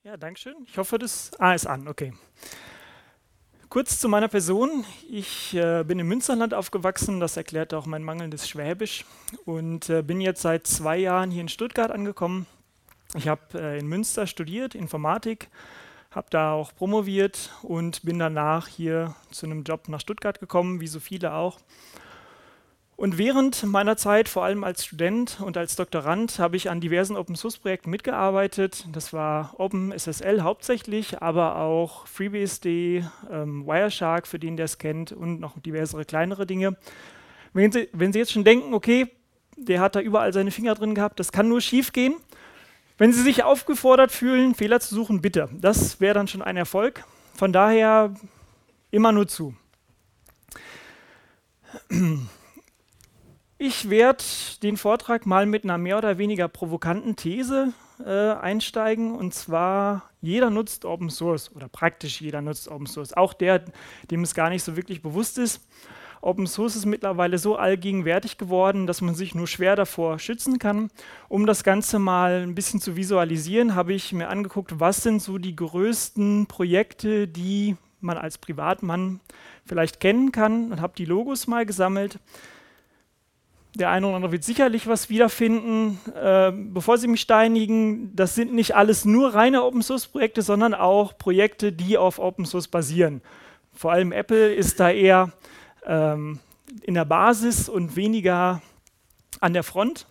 Ja, danke schön. Ich hoffe, das ist an, okay. Kurz zu meiner Person. Ich bin im Münsterland aufgewachsen, das erklärt auch mein mangelndes Schwäbisch und bin jetzt seit 2 Jahren hier in Stuttgart angekommen. Ich habe in Münster studiert, Informatik, habe da auch promoviert und bin danach hier zu einem Job nach Stuttgart gekommen, wie so viele auch. Und während meiner Zeit, vor allem als Student und als Doktorand, habe ich an diversen Open-Source-Projekten mitgearbeitet. Das war OpenSSL hauptsächlich, aber auch FreeBSD, Wireshark, für den der es kennt, und noch diversere kleinere Dinge. Wenn Sie jetzt schon denken, okay, der hat da überall seine Finger drin gehabt, das kann nur schief gehen. Wenn Sie sich aufgefordert fühlen, Fehler zu suchen, bitte. Das wäre dann schon ein Erfolg. Von daher immer nur zu. Ich werde den Vortrag mal mit einer mehr oder weniger provokanten These einsteigen, und zwar: Jeder nutzt Open Source oder praktisch jeder nutzt Open Source, auch der, dem es gar nicht so wirklich bewusst ist. Open Source ist mittlerweile so allgegenwärtig geworden, dass man sich nur schwer davor schützen kann. Um das Ganze mal ein bisschen zu visualisieren, habe ich mir angeguckt, was sind so die größten Projekte, die man als Privatmann vielleicht kennen kann, und habe die Logos mal gesammelt. Der eine oder andere wird sicherlich was wiederfinden. Bevor Sie mich steinigen, das sind nicht alles nur reine Open-Source-Projekte, sondern auch Projekte, die auf Open-Source basieren. Vor allem Apple ist da eher in der Basis und weniger an der Front.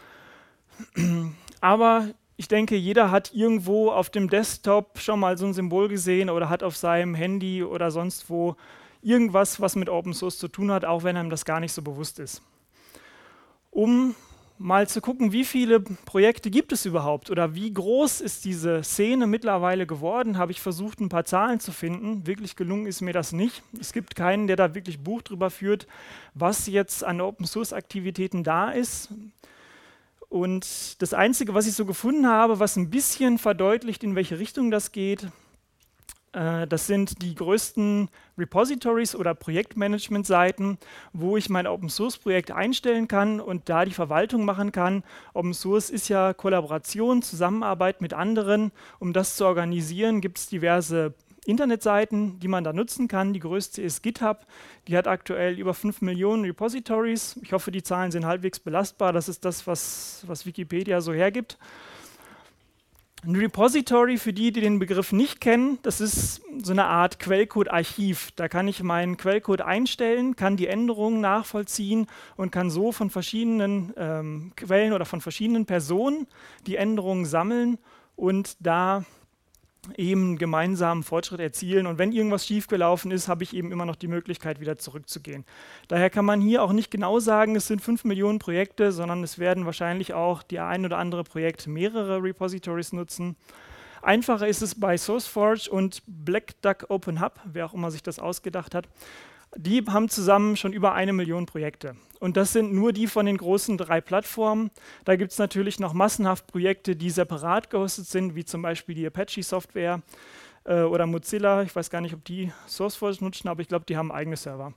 Aber ich denke, jeder hat irgendwo auf dem Desktop schon mal so ein Symbol gesehen oder hat auf seinem Handy oder sonst wo irgendwas, was mit Open-Source zu tun hat, auch wenn einem das gar nicht so bewusst ist. Um mal zu gucken, wie viele Projekte gibt es überhaupt oder wie groß ist diese Szene mittlerweile geworden, habe ich versucht, ein paar Zahlen zu finden. Wirklich gelungen ist mir das nicht. Es gibt keinen, der da wirklich Buch drüber führt, was jetzt an Open-Source-Aktivitäten da ist. Und das Einzige, was ich so gefunden habe, was ein bisschen verdeutlicht, in welche Richtung das geht, das sind die größten Repositories oder Projektmanagement-Seiten, wo ich mein Open-Source-Projekt einstellen kann und da die Verwaltung machen kann. Open-Source ist ja Kollaboration, Zusammenarbeit mit anderen. Um das zu organisieren, gibt es diverse Internetseiten, die man da nutzen kann. Die größte ist GitHub. Die hat aktuell über 5 Millionen Repositories. Ich hoffe, die Zahlen sind halbwegs belastbar. Das ist das, was Wikipedia so hergibt. Ein Repository, für die, die den Begriff nicht kennen, das ist so eine Art Quellcode-Archiv. Da kann ich meinen Quellcode einstellen, kann die Änderungen nachvollziehen und kann so von verschiedenen Quellen oder von verschiedenen Personen die Änderungen sammeln und da eben gemeinsamen Fortschritt erzielen. Und wenn irgendwas schiefgelaufen ist, habe ich eben immer noch die Möglichkeit, wieder zurückzugehen. Daher kann man hier auch nicht genau sagen, es sind 5 Millionen Projekte, sondern es werden wahrscheinlich auch die ein oder andere Projekt mehrere Repositories nutzen. Einfacher ist es bei SourceForge und Black Duck Open Hub, wer auch immer sich das ausgedacht hat. Die haben zusammen schon über 1 Million Projekte. Und das sind nur die von den großen 3 Plattformen. Da gibt es natürlich noch massenhaft Projekte, die separat gehostet sind, wie zum Beispiel die Apache-Software oder Mozilla. Ich weiß gar nicht, ob die SourceForge nutzen, aber ich glaube, die haben eigene Server.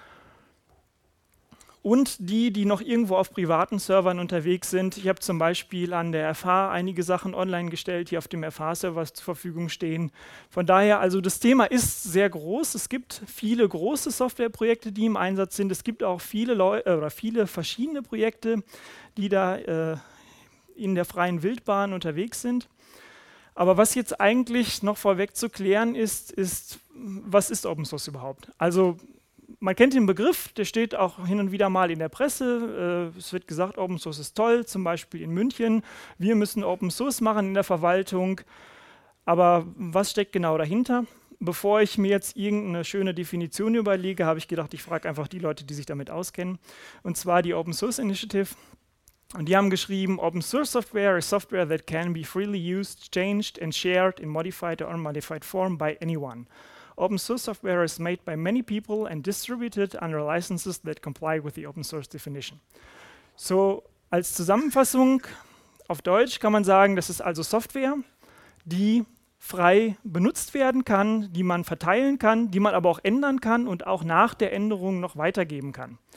Und die noch irgendwo auf privaten Servern unterwegs sind. Ich habe zum Beispiel an der FH einige Sachen online gestellt, die auf dem FH-Server zur Verfügung stehen. Von daher, also das Thema ist sehr groß. Es gibt viele große Softwareprojekte, die im Einsatz sind. Es gibt auch viele verschiedene Projekte, die da in der freien Wildbahn unterwegs sind. Aber was jetzt eigentlich noch vorweg zu klären ist, was ist Open Source überhaupt? Also man kennt den Begriff, der steht auch hin und wieder mal in der Presse. Es wird gesagt, Open Source ist toll, zum Beispiel in München. Wir müssen Open Source machen in der Verwaltung. Aber was steckt genau dahinter? Bevor ich mir jetzt irgendeine schöne Definition überlege, habe ich gedacht, ich frage einfach die Leute, die sich damit auskennen. Und zwar die Open Source Initiative. Und die haben geschrieben: Open Source Software is software that can be freely used, changed and shared in modified or unmodified form by anyone. Open source software is made by many people and distributed under licenses that comply with the open source definition. So, als Zusammenfassung auf Deutsch kann man sagen, das ist also Software, die frei benutzt werden kann, die man verteilen kann, die man aber auch ändern kann und auch nach der Änderung noch weitergeben kann.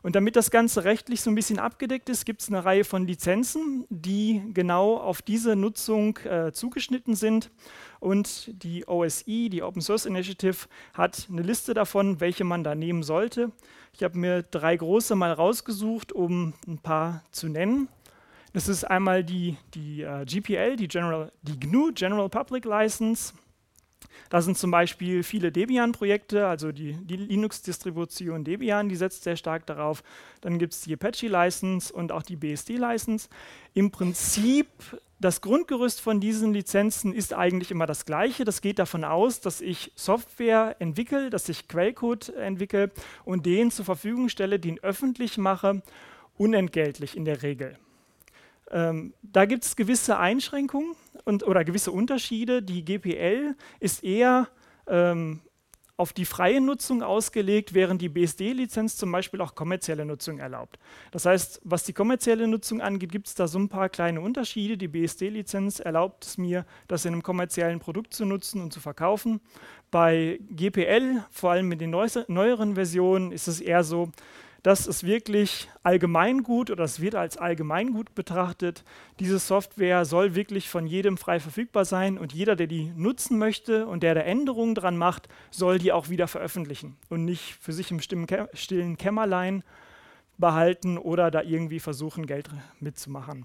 Und damit das Ganze rechtlich so ein bisschen abgedeckt ist, gibt es eine Reihe von Lizenzen, die genau auf diese Nutzung zugeschnitten sind. Und die OSI, die Open Source Initiative, hat eine Liste davon, welche man da nehmen sollte. Ich habe mir 3 große mal rausgesucht, um ein paar zu nennen. Das ist einmal die GPL, die GNU General Public License. Da sind zum Beispiel viele Debian-Projekte, also die Linux-Distribution Debian, die setzt sehr stark darauf. Dann gibt es die Apache-License und auch die BSD-License. Im Prinzip, das Grundgerüst von diesen Lizenzen ist eigentlich immer das gleiche. Das geht davon aus, dass ich Software entwickle, dass ich Quellcode entwickle und den zur Verfügung stelle, den öffentlich mache, unentgeltlich in der Regel. Da gibt es gewisse Einschränkungen oder gewisse Unterschiede. Die GPL ist eher auf die freie Nutzung ausgelegt, während die BSD-Lizenz zum Beispiel auch kommerzielle Nutzung erlaubt. Das heißt, was die kommerzielle Nutzung angeht, gibt es da so ein paar kleine Unterschiede. Die BSD-Lizenz erlaubt es mir, das in einem kommerziellen Produkt zu nutzen und zu verkaufen. Bei GPL, vor allem mit den neueren Versionen, ist es eher so, dass es wirklich Allgemeingut oder es wird als Allgemeingut betrachtet. Diese Software soll wirklich von jedem frei verfügbar sein und jeder, der die nutzen möchte und der da Änderungen dran macht, soll die auch wieder veröffentlichen und nicht für sich im stillen Kämmerlein behalten oder da irgendwie versuchen, Geld mitzumachen.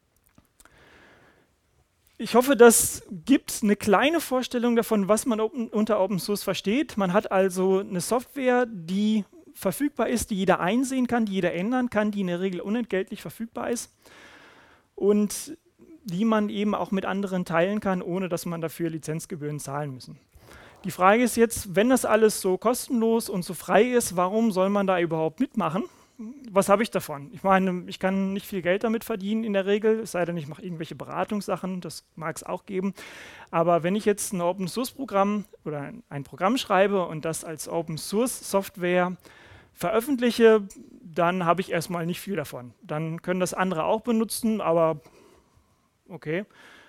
Ich hoffe, das gibt eine kleine Vorstellung davon, was man unter Open Source versteht. Man hat also eine Software, die verfügbar ist, die jeder einsehen kann, die jeder ändern kann, die in der Regel unentgeltlich verfügbar ist und die man eben auch mit anderen teilen kann, ohne dass man dafür Lizenzgebühren zahlen muss. Die Frage ist jetzt, wenn das alles so kostenlos und so frei ist, warum soll man da überhaupt mitmachen? Was habe ich davon? Ich meine, ich kann nicht viel Geld damit verdienen in der Regel, es sei denn, ich mache irgendwelche Beratungssachen, das mag es auch geben. Aber wenn ich jetzt ein Open-Source-Programm oder ein Programm schreibe und das als Open-Source-Software veröffentliche, dann habe ich erstmal nicht viel davon. Dann können das andere auch benutzen, aber okay.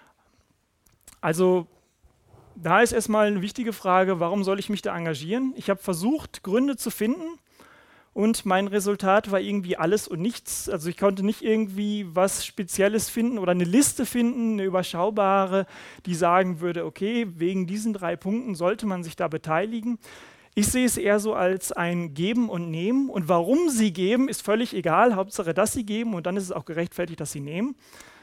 Also da ist erstmal eine wichtige Frage, warum soll ich mich da engagieren? Ich habe versucht, Gründe zu finden und mein Resultat war irgendwie alles und nichts. Also ich konnte nicht irgendwie was Spezielles finden oder eine Liste finden, eine überschaubare, die sagen würde, okay, wegen diesen 3 Punkten sollte man sich da beteiligen. Ich sehe es eher so als ein Geben und Nehmen. Und warum sie geben, ist völlig egal. Hauptsache, dass sie geben und dann ist es auch gerechtfertigt, dass sie nehmen.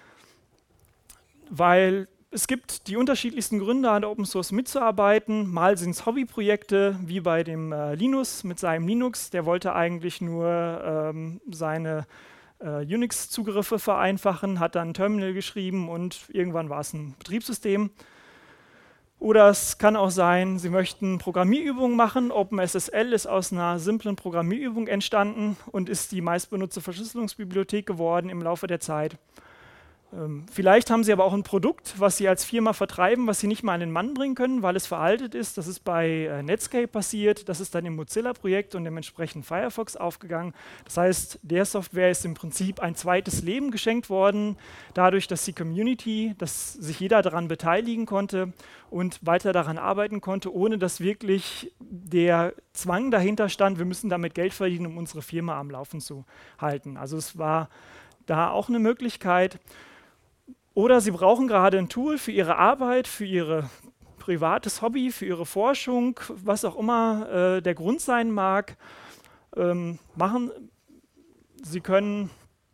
Weil es gibt die unterschiedlichsten Gründe, an Open Source mitzuarbeiten. Mal sind es Hobbyprojekte, wie bei dem Linus mit seinem Linux. Der wollte eigentlich nur seine Unix-Zugriffe vereinfachen, hat dann ein Terminal geschrieben und irgendwann war es ein Betriebssystem. Oder es kann auch sein, Sie möchten Programmierübungen machen. OpenSSL ist aus einer simplen Programmierübung entstanden und ist die meistbenutzte Verschlüsselungsbibliothek geworden im Laufe der Zeit. Vielleicht haben Sie aber auch ein Produkt, was Sie als Firma vertreiben, was Sie nicht mal an den Mann bringen können, weil es veraltet ist. Das ist bei Netscape passiert. Das ist dann im Mozilla-Projekt und dementsprechend Firefox aufgegangen. Das heißt, der Software ist im Prinzip ein zweites Leben geschenkt worden, dadurch, dass die Community, dass sich jeder daran beteiligen konnte und weiter daran arbeiten konnte, ohne dass wirklich der Zwang dahinter stand, wir müssen damit Geld verdienen, um unsere Firma am Laufen zu halten. Also es war da auch eine Möglichkeit. Oder Sie brauchen gerade ein Tool für Ihre Arbeit, für Ihr privates Hobby, für Ihre Forschung, was auch immer der Grund sein mag. Sie können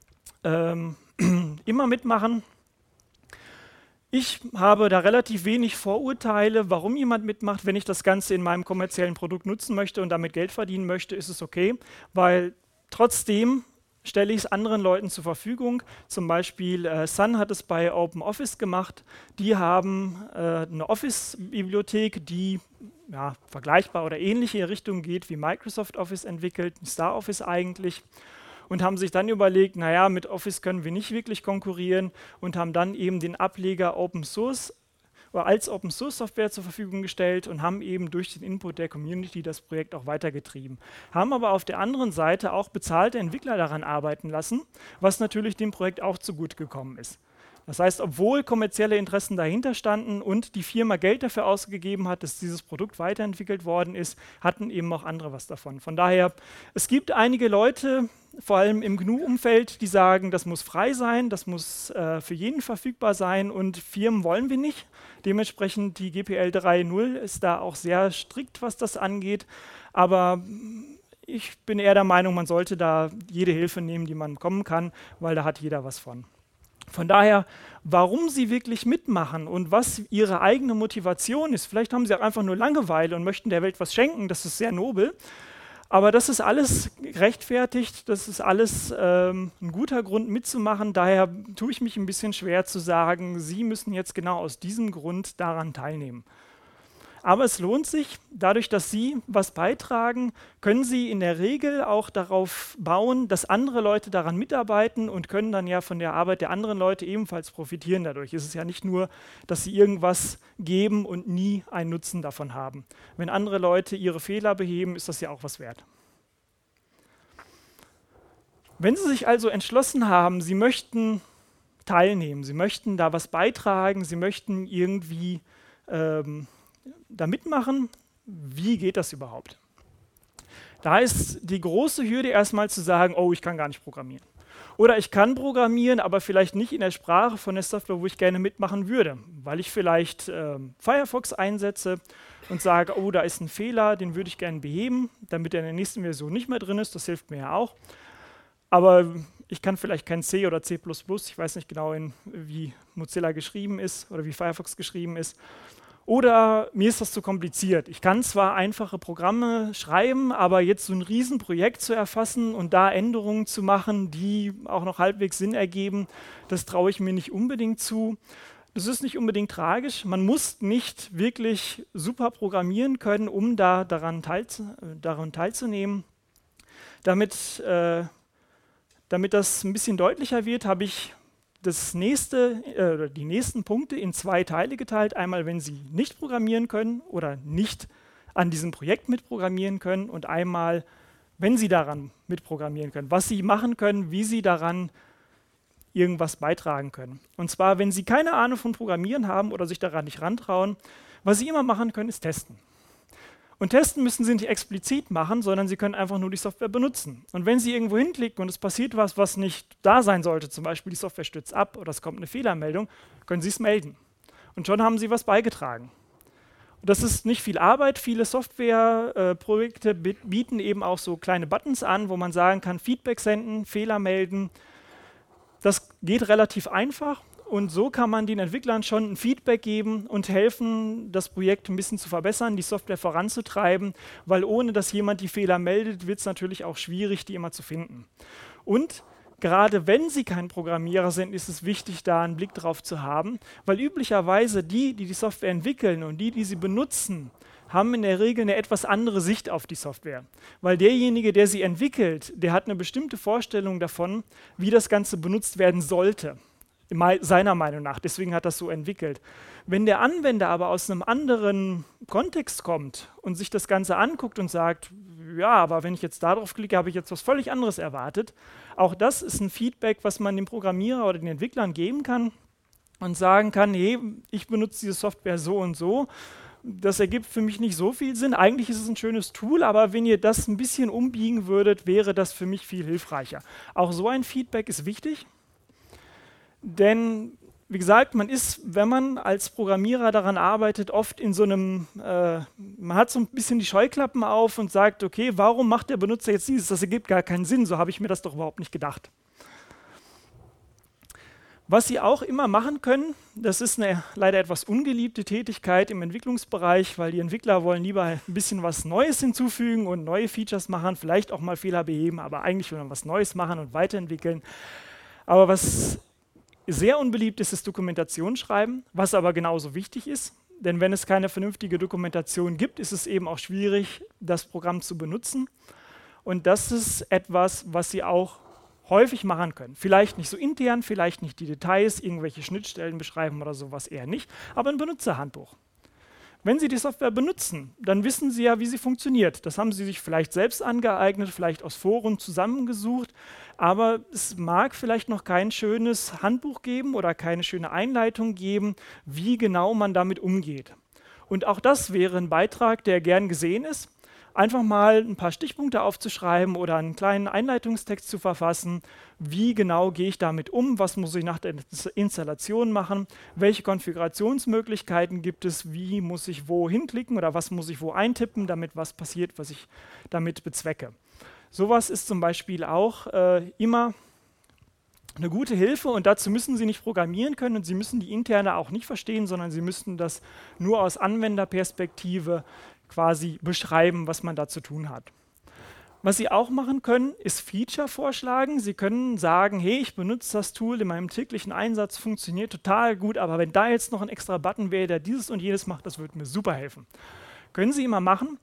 immer mitmachen. Ich habe da relativ wenig Vorurteile, warum jemand mitmacht. Wenn ich das Ganze in meinem kommerziellen Produkt nutzen möchte und damit Geld verdienen möchte, ist es okay, weil trotzdem stelle ich es anderen Leuten zur Verfügung. Zum Beispiel Sun hat es bei OpenOffice gemacht. Die haben eine Office-Bibliothek, die vergleichbar oder ähnliche Richtung geht, wie Microsoft Office entwickelt, Star Office eigentlich. Und haben sich dann überlegt, naja, mit Office können wir nicht wirklich konkurrieren und haben dann eben den Ableger Open Source oder als Open Source Software zur Verfügung gestellt und haben eben durch den Input der Community das Projekt auch weitergetrieben. Haben aber auf der anderen Seite auch bezahlte Entwickler daran arbeiten lassen, was natürlich dem Projekt auch zugute gekommen ist. Das heißt, obwohl kommerzielle Interessen dahinter standen und die Firma Geld dafür ausgegeben hat, dass dieses Produkt weiterentwickelt worden ist, hatten eben auch andere was davon. Von daher, es gibt einige Leute, vor allem im GNU-Umfeld, die sagen, das muss frei sein, das muss für jeden verfügbar sein und Firmen wollen wir nicht. Dementsprechend die GPL 3.0 ist da auch sehr strikt, was das angeht. Aber ich bin eher der Meinung, man sollte da jede Hilfe nehmen, die man bekommen kann, weil da hat jeder was von. Von daher, warum Sie wirklich mitmachen und was Ihre eigene Motivation ist, vielleicht haben Sie auch einfach nur Langeweile und möchten der Welt was schenken, das ist sehr nobel, aber das ist alles gerechtfertigt, das ist alles ein guter Grund mitzumachen, daher tue ich mich ein bisschen schwer zu sagen, Sie müssen jetzt genau aus diesem Grund daran teilnehmen. Aber es lohnt sich, dadurch, dass Sie was beitragen, können Sie in der Regel auch darauf bauen, dass andere Leute daran mitarbeiten und können dann ja von der Arbeit der anderen Leute ebenfalls profitieren dadurch. Es ist ja nicht nur, dass Sie irgendwas geben und nie einen Nutzen davon haben. Wenn andere Leute ihre Fehler beheben, ist das ja auch was wert. Wenn Sie sich also entschlossen haben, Sie möchten teilnehmen, Sie möchten da was beitragen, Sie möchten irgendwie da mitmachen, wie geht das überhaupt? Da ist die große Hürde erstmal zu sagen, oh, ich kann gar nicht programmieren. Oder ich kann programmieren, aber vielleicht nicht in der Sprache von der Software, wo ich gerne mitmachen würde, weil ich vielleicht Firefox einsetze und sage, oh, da ist ein Fehler, den würde ich gerne beheben, damit er in der nächsten Version nicht mehr drin ist, das hilft mir ja auch. Aber ich kann vielleicht kein C oder C++, ich weiß nicht genau, wie Mozilla geschrieben ist oder wie Firefox geschrieben ist. Oder mir ist das zu kompliziert. Ich kann zwar einfache Programme schreiben, aber jetzt so ein Riesenprojekt zu erfassen und da Änderungen zu machen, die auch noch halbwegs Sinn ergeben, das traue ich mir nicht unbedingt zu. Das ist nicht unbedingt tragisch. Man muss nicht wirklich super programmieren können, um daran teilzunehmen. Damit das ein bisschen deutlicher wird, habe ich die nächsten Punkte in 2 Teile geteilt. Einmal, wenn Sie nicht programmieren können oder nicht an diesem Projekt mitprogrammieren können und einmal, wenn Sie daran mitprogrammieren können, was Sie machen können, wie Sie daran irgendwas beitragen können. Und zwar, wenn Sie keine Ahnung von Programmieren haben oder sich daran nicht rantrauen, was Sie immer machen können, ist testen. Und testen müssen Sie nicht explizit machen, sondern Sie können einfach nur die Software benutzen. Und wenn Sie irgendwo hinklicken und es passiert was, was nicht da sein sollte, zum Beispiel die Software stürzt ab oder es kommt eine Fehlermeldung, können Sie es melden. Und schon haben Sie was beigetragen. Und das ist nicht viel Arbeit. Viele Softwareprojekte bieten eben auch so kleine Buttons an, wo man sagen kann, Feedback senden, Fehler melden. Das geht relativ einfach. Und so kann man den Entwicklern schon ein Feedback geben und helfen, das Projekt ein bisschen zu verbessern, die Software voranzutreiben, weil ohne dass jemand die Fehler meldet, wird es natürlich auch schwierig, die immer zu finden. Und gerade wenn Sie kein Programmierer sind, ist es wichtig, da einen Blick drauf zu haben, weil üblicherweise die Software entwickeln und die sie benutzen, haben in der Regel eine etwas andere Sicht auf die Software. Weil derjenige, der sie entwickelt, der hat eine bestimmte Vorstellung davon, wie das Ganze benutzt werden sollte. Seiner Meinung nach, deswegen hat das so entwickelt. Wenn der Anwender aber aus einem anderen Kontext kommt und sich das Ganze anguckt und sagt, ja, aber wenn ich jetzt darauf klicke, habe ich jetzt was völlig anderes erwartet. Auch das ist ein Feedback, was man dem Programmierer oder den Entwicklern geben kann und sagen kann, hey, ich benutze diese Software so und so. Das ergibt für mich nicht so viel Sinn. Eigentlich ist es ein schönes Tool, aber wenn ihr das ein bisschen umbiegen würdet, wäre das für mich viel hilfreicher. Auch so ein Feedback ist wichtig. Denn, wie gesagt, man ist, wenn man als Programmierer daran arbeitet, oft in so einem, man hat so ein bisschen die Scheuklappen auf und sagt, okay, warum macht der Benutzer jetzt dieses? Das ergibt gar keinen Sinn, so habe ich mir das doch überhaupt nicht gedacht. Was Sie auch immer machen können, das ist eine leider etwas ungeliebte Tätigkeit im Entwicklungsbereich, weil die Entwickler wollen lieber ein bisschen was Neues hinzufügen und neue Features machen, vielleicht auch mal Fehler beheben, aber eigentlich wollen wir was Neues machen und weiterentwickeln. Aber was sehr unbeliebt ist das Dokumentation schreiben, was aber genauso wichtig ist, denn wenn es keine vernünftige Dokumentation gibt, ist es eben auch schwierig, das Programm zu benutzen. Und das ist etwas, was Sie auch häufig machen können. Vielleicht nicht so intern, vielleicht nicht die Details, irgendwelche Schnittstellen beschreiben oder sowas eher nicht, aber ein Benutzerhandbuch. Wenn Sie die Software benutzen, dann wissen Sie ja, wie sie funktioniert. Das haben Sie sich vielleicht selbst angeeignet, vielleicht aus Foren zusammengesucht, aber es mag vielleicht noch kein schönes Handbuch geben oder keine schöne Einleitung geben, wie genau man damit umgeht. Und auch das wäre ein Beitrag, der gern gesehen ist. Einfach mal ein paar Stichpunkte aufzuschreiben oder einen kleinen Einleitungstext zu verfassen. Wie genau gehe ich damit um? Was muss ich nach der Installation machen? Welche Konfigurationsmöglichkeiten gibt es? Wie muss ich wo hinklicken oder was muss ich wo eintippen, damit was passiert, was ich damit bezwecke? Sowas ist zum Beispiel auch immer eine gute Hilfe, und dazu müssen Sie nicht programmieren können und Sie müssen die Interne auch nicht verstehen, sondern Sie müssten das nur aus Anwenderperspektive quasi beschreiben, was man da zu tun hat. Was Sie auch machen können, ist Feature vorschlagen. Sie können sagen, hey, ich benutze das Tool in meinem täglichen Einsatz, funktioniert total gut, aber wenn da jetzt noch ein extra Button wäre, der dieses und jenes macht, das würde mir super helfen. Können Sie immer machen.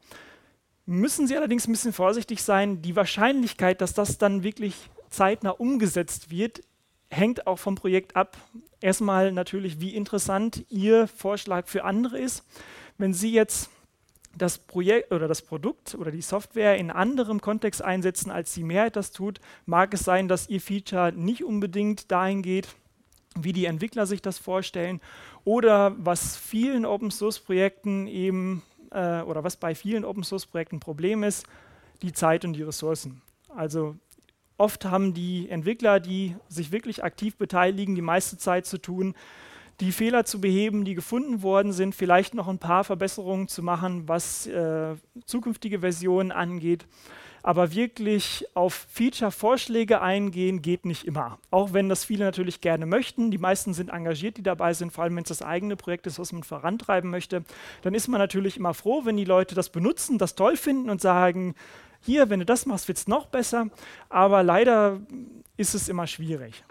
Müssen Sie allerdings ein bisschen vorsichtig sein. Die Wahrscheinlichkeit, dass das dann wirklich zeitnah umgesetzt wird, hängt auch vom Projekt ab. Erstmal natürlich, wie interessant Ihr Vorschlag für andere ist. Wenn Sie jetzt das Projekt oder das Produkt oder die Software in anderem Kontext einsetzen, als die Mehrheit das tut, mag es sein, dass Ihr Feature nicht unbedingt dahin geht, wie die Entwickler sich das vorstellen, oder was vielen Open-Source-Projekten eben oder was bei vielen Open-Source-Projekten ein Problem ist, die Zeit und die Ressourcen. Also oft haben die Entwickler, die sich wirklich aktiv beteiligen, die meiste Zeit zu tun, die Fehler zu beheben, die gefunden worden sind, vielleicht noch ein paar Verbesserungen zu machen, was zukünftige Versionen angeht. Aber wirklich auf Feature-Vorschläge eingehen, geht nicht immer. Auch wenn das viele natürlich gerne möchten. Die meisten sind engagiert, die dabei sind, vor allem wenn es das eigene Projekt ist, was man vorantreiben möchte. Dann ist man natürlich immer froh, wenn die Leute das benutzen, das toll finden und sagen, hier, wenn du das machst, wird es noch besser. Aber leider ist es immer schwierig,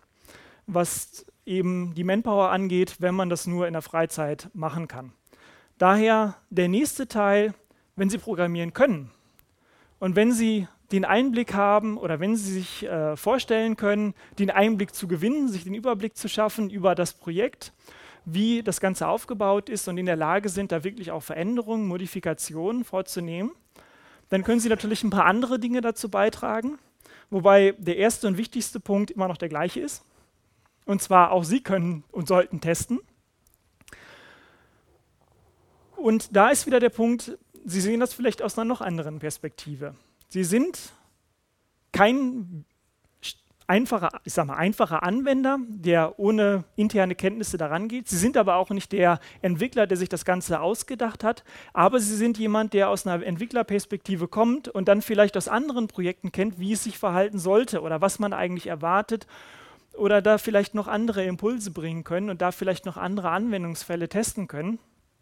was eben die Manpower angeht, wenn man das nur in der Freizeit machen kann. Daher der nächste Teil, wenn Sie programmieren können und wenn Sie den Einblick haben oder wenn Sie sich vorstellen können, den Einblick zu gewinnen, sich den Überblick zu schaffen über das Projekt, wie das Ganze aufgebaut ist und in der Lage sind, da wirklich auch Veränderungen, Modifikationen vorzunehmen, dann können Sie natürlich ein paar andere Dinge dazu beitragen, wobei der erste und wichtigste Punkt immer noch der gleiche ist. Und zwar auch Sie können und sollten testen. Und da ist wieder der Punkt, Sie sehen das vielleicht aus einer noch anderen Perspektive. Sie sind kein einfacher Anwender, der ohne interne Kenntnisse daran geht. Sie sind aber auch nicht der Entwickler, der sich das Ganze ausgedacht hat, aber Sie sind jemand, der aus einer Entwicklerperspektive kommt und dann vielleicht aus anderen Projekten kennt, wie es sich verhalten sollte oder was man eigentlich erwartet, oder da vielleicht noch andere Impulse bringen können und da vielleicht noch andere Anwendungsfälle testen können,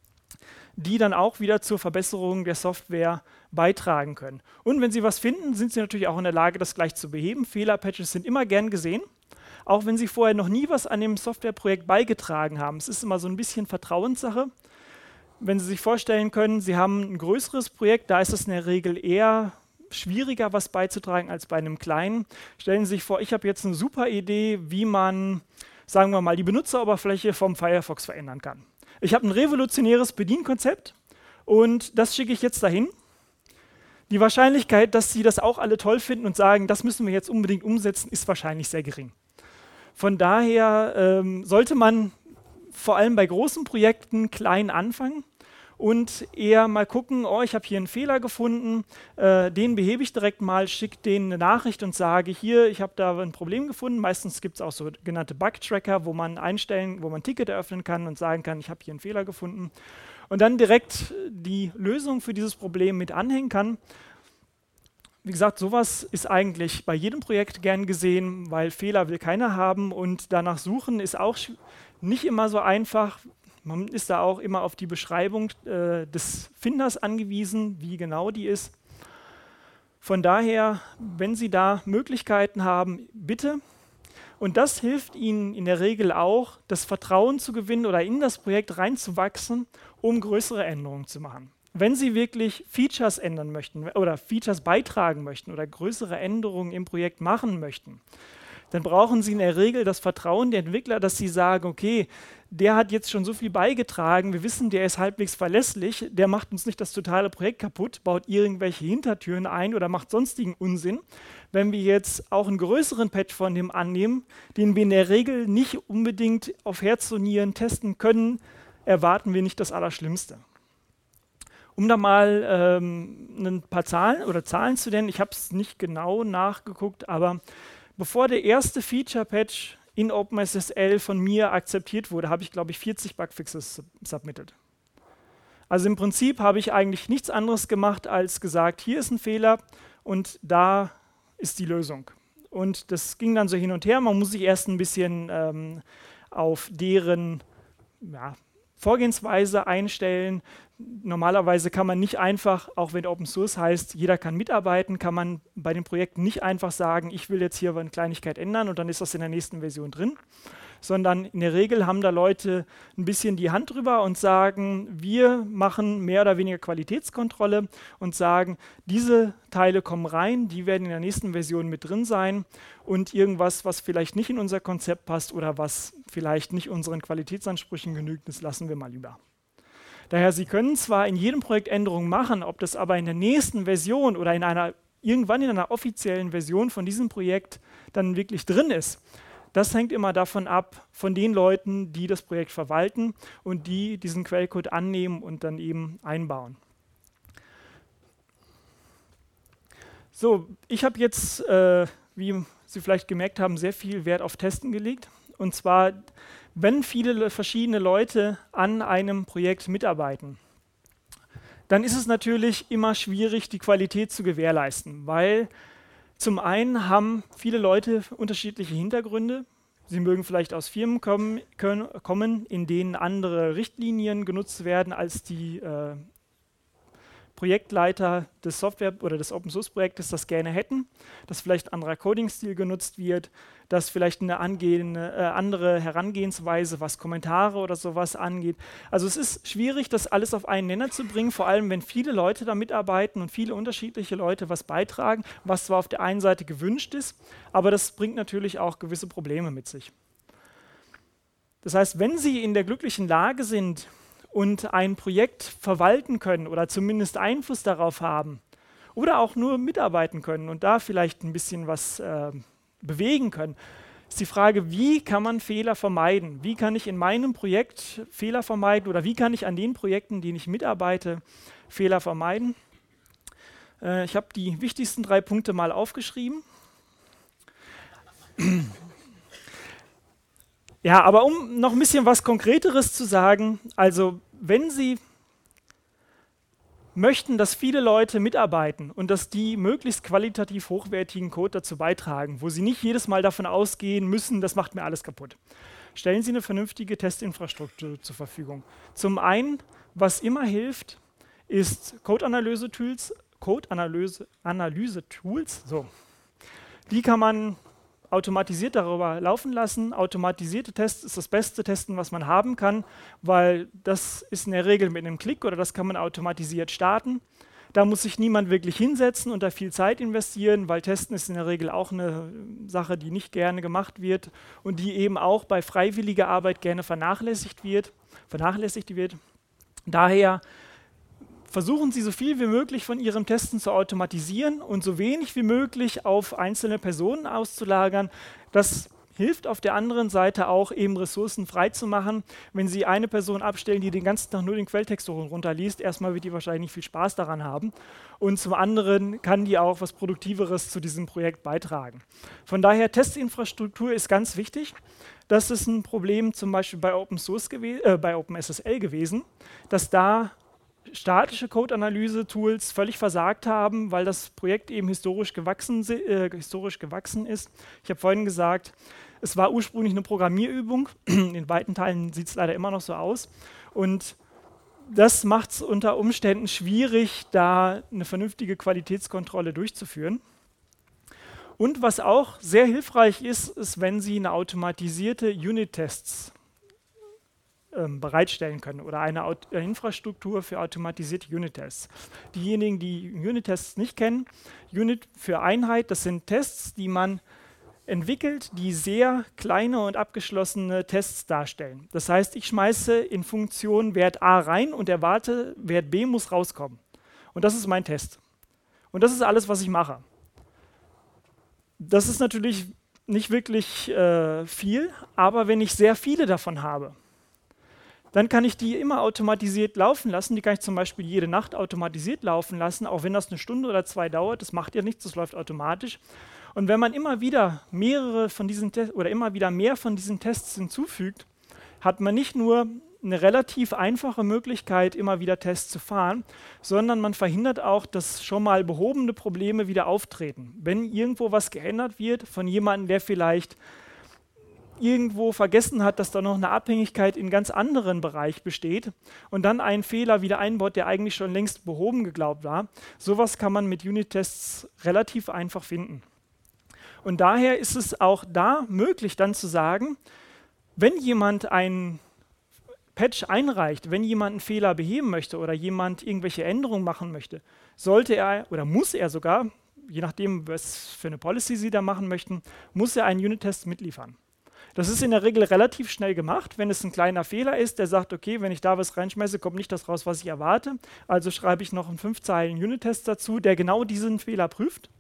die dann auch wieder zur Verbesserung der Software beitragen können. Und wenn Sie was finden, sind Sie natürlich auch in der Lage, das gleich zu beheben. Fehlerpatches sind immer gern gesehen, auch wenn Sie vorher noch nie was an dem Softwareprojekt beigetragen haben. Es ist immer so ein bisschen Vertrauenssache. Wenn Sie sich vorstellen können, Sie haben ein größeres Projekt, da ist es in der Regel eher schwieriger, was beizutragen als bei einem kleinen. Stellen Sie sich vor, ich habe jetzt eine super Idee, wie man, sagen wir mal, die Benutzeroberfläche vom Firefox verändern kann. Ich habe ein revolutionäres Bedienkonzept und das schicke ich jetzt dahin. Die Wahrscheinlichkeit, dass Sie das auch alle toll finden und sagen, das müssen wir jetzt unbedingt umsetzen, ist wahrscheinlich sehr gering. Von daher sollte man vor allem bei großen Projekten klein anfangen und eher mal gucken, oh, ich habe hier einen Fehler gefunden, den behebe ich direkt mal, schicke denen eine Nachricht und sage, hier, ich habe da ein Problem gefunden. Meistens gibt es auch sogenannte Bug-Tracker, wo man ein Ticket eröffnen kann und sagen kann, ich habe hier einen Fehler gefunden. Und dann direkt die Lösung für dieses Problem mit anhängen kann. Wie gesagt, sowas ist eigentlich bei jedem Projekt gern gesehen, weil Fehler will keiner haben und danach suchen ist auch nicht immer so einfach. Man ist da auch immer auf die Beschreibung des Finders angewiesen, wie genau die ist. Von daher, wenn Sie da Möglichkeiten haben, bitte. Und das hilft Ihnen in der Regel auch, das Vertrauen zu gewinnen oder in das Projekt reinzuwachsen, um größere Änderungen zu machen. Wenn Sie wirklich Features ändern möchten oder Features beitragen möchten oder größere Änderungen im Projekt machen möchten, dann brauchen Sie in der Regel das Vertrauen der Entwickler, dass Sie sagen, okay, der hat jetzt schon so viel beigetragen, wir wissen, der ist halbwegs verlässlich, der macht uns nicht das totale Projekt kaputt, baut irgendwelche Hintertüren ein oder macht sonstigen Unsinn. Wenn wir jetzt auch einen größeren Patch von dem annehmen, den wir in der Regel nicht unbedingt auf Herz und Nieren testen können, erwarten wir nicht das Allerschlimmste. Um da mal ein paar Zahlen zu nennen, ich habe es nicht genau nachgeguckt, aber bevor der erste Feature-Patch in OpenSSL von mir akzeptiert wurde, habe ich, glaube ich, 40 Bugfixes submitted. Also im Prinzip habe ich eigentlich nichts anderes gemacht, als gesagt, hier ist ein Fehler und da ist die Lösung. Und das ging dann so hin und her. Man muss sich erst ein bisschen auf deren Vorgehensweise einstellen. Normalerweise kann man nicht einfach, auch wenn Open Source heißt, jeder kann mitarbeiten, kann man bei den Projekten nicht einfach sagen, ich will jetzt hier eine Kleinigkeit ändern und dann ist das in der nächsten Version drin, sondern in der Regel haben da Leute ein bisschen die Hand drüber und sagen, wir machen mehr oder weniger Qualitätskontrolle und sagen, diese Teile kommen rein, die werden in der nächsten Version mit drin sein und irgendwas, was vielleicht nicht in unser Konzept passt oder was vielleicht nicht unseren Qualitätsansprüchen genügt, das lassen wir mal lieber. Daher, Sie können zwar in jedem Projekt Änderungen machen, ob das aber in der nächsten Version oder irgendwann in einer offiziellen Version von diesem Projekt dann wirklich drin ist, das hängt immer davon ab, von den Leuten, die das Projekt verwalten und die diesen Quellcode annehmen und dann eben einbauen. So, ich habe jetzt, wie Sie vielleicht gemerkt haben, sehr viel Wert auf Testen gelegt. Und zwar, wenn viele verschiedene Leute an einem Projekt mitarbeiten, dann ist es natürlich immer schwierig, die Qualität zu gewährleisten, weil zum einen haben viele Leute unterschiedliche Hintergründe. Sie mögen vielleicht aus Firmen kommen, in denen andere Richtlinien genutzt werden, als die Projektleiter des Software- oder des Open-Source-Projektes das gerne hätten, dass vielleicht ein anderer Coding-Stil genutzt wird, dass vielleicht eine andere Herangehensweise, was Kommentare oder sowas angeht. Also es ist schwierig, das alles auf einen Nenner zu bringen, vor allem wenn viele Leute da mitarbeiten und viele unterschiedliche Leute was beitragen, was zwar auf der einen Seite gewünscht ist, aber das bringt natürlich auch gewisse Probleme mit sich. Das heißt, wenn Sie in der glücklichen Lage sind, und ein Projekt verwalten können oder zumindest Einfluss darauf haben oder auch nur mitarbeiten können und da vielleicht ein bisschen was bewegen können, ist die Frage, wie kann man Fehler vermeiden? Wie kann ich in meinem Projekt Fehler vermeiden oder wie kann ich an den Projekten, denen ich mitarbeite, Fehler vermeiden? Ich habe die wichtigsten 3 Punkte mal aufgeschrieben. Ja, aber um noch ein bisschen was Konkreteres zu sagen, also wenn Sie möchten, dass viele Leute mitarbeiten und dass die möglichst qualitativ hochwertigen Code dazu beitragen, wo Sie nicht jedes Mal davon ausgehen müssen, das macht mir alles kaputt, stellen Sie eine vernünftige Testinfrastruktur zur Verfügung. Zum einen, was immer hilft, ist Code-Analyse-Tools. So. Die kann man automatisiert darüber laufen lassen. Automatisierte Tests ist das beste Testen, was man haben kann, weil das ist in der Regel mit einem Klick oder das kann man automatisiert starten. Da muss sich niemand wirklich hinsetzen und da viel Zeit investieren, weil Testen ist in der Regel auch eine Sache, die nicht gerne gemacht wird und die eben auch bei freiwilliger Arbeit gerne vernachlässigt wird. Daher versuchen Sie so viel wie möglich von Ihrem Testen zu automatisieren und so wenig wie möglich auf einzelne Personen auszulagern. Das hilft auf der anderen Seite auch, eben Ressourcen frei zu machen. Wenn Sie eine Person abstellen, die den ganzen Tag nur den Quelltext runterliest, erstmal wird die wahrscheinlich nicht viel Spaß daran haben. Und zum anderen kann die auch was Produktiveres zu diesem Projekt beitragen. Von daher, Testinfrastruktur ist ganz wichtig. Das ist ein Problem zum Beispiel bei bei OpenSSL gewesen, dass da statische Code-Analyse-Tools völlig versagt haben, weil das Projekt eben historisch gewachsen ist. Ich habe vorhin gesagt, es war ursprünglich eine Programmierübung. In weiten Teilen sieht es leider immer noch so aus. Und das macht es unter Umständen schwierig, da eine vernünftige Qualitätskontrolle durchzuführen. Und was auch sehr hilfreich ist, ist, wenn Sie eine automatisierte Unit-Tests bereitstellen können oder eine Infrastruktur für automatisierte Unit-Tests. Diejenigen, die Unit-Tests nicht kennen, Unit für Einheit, das sind Tests, die man entwickelt, die sehr kleine und abgeschlossene Tests darstellen. Das heißt, ich schmeiße in Funktion Wert a rein und erwarte, Wert b muss rauskommen. Und das ist mein Test. Und das ist alles, was ich mache. Das ist natürlich nicht wirklich viel, aber wenn ich sehr viele davon habe, dann kann ich die immer automatisiert laufen lassen. Die kann ich zum Beispiel jede Nacht automatisiert laufen lassen, auch wenn das 1 Stunde oder 2 dauert. Das macht ja nichts, das läuft automatisch. Und wenn man immer wieder mehrere von diesen oder immer wieder mehr von diesen Tests hinzufügt, hat man nicht nur eine relativ einfache Möglichkeit, immer wieder Tests zu fahren, sondern man verhindert auch, dass schon mal behobene Probleme wieder auftreten. Wenn irgendwo was geändert wird von jemandem, der vielleicht irgendwo vergessen hat, dass da noch eine Abhängigkeit in ganz anderen Bereich besteht und dann einen Fehler wieder einbaut, der eigentlich schon längst behoben geglaubt war. Sowas kann man mit Unit-Tests relativ einfach finden. Und daher ist es auch da möglich, dann zu sagen, wenn jemand einen Patch einreicht, wenn jemand einen Fehler beheben möchte oder jemand irgendwelche Änderungen machen möchte, sollte er oder muss er sogar, je nachdem, was für eine Policy Sie da machen möchten, muss er einen Unit-Test mitliefern. Das ist in der Regel relativ schnell gemacht, wenn es ein kleiner Fehler ist, der sagt, okay, wenn ich da was reinschmeiße, kommt nicht das raus, was ich erwarte. Also schreibe ich noch einen 5 Zeilen Unit-Test dazu, der genau diesen Fehler prüft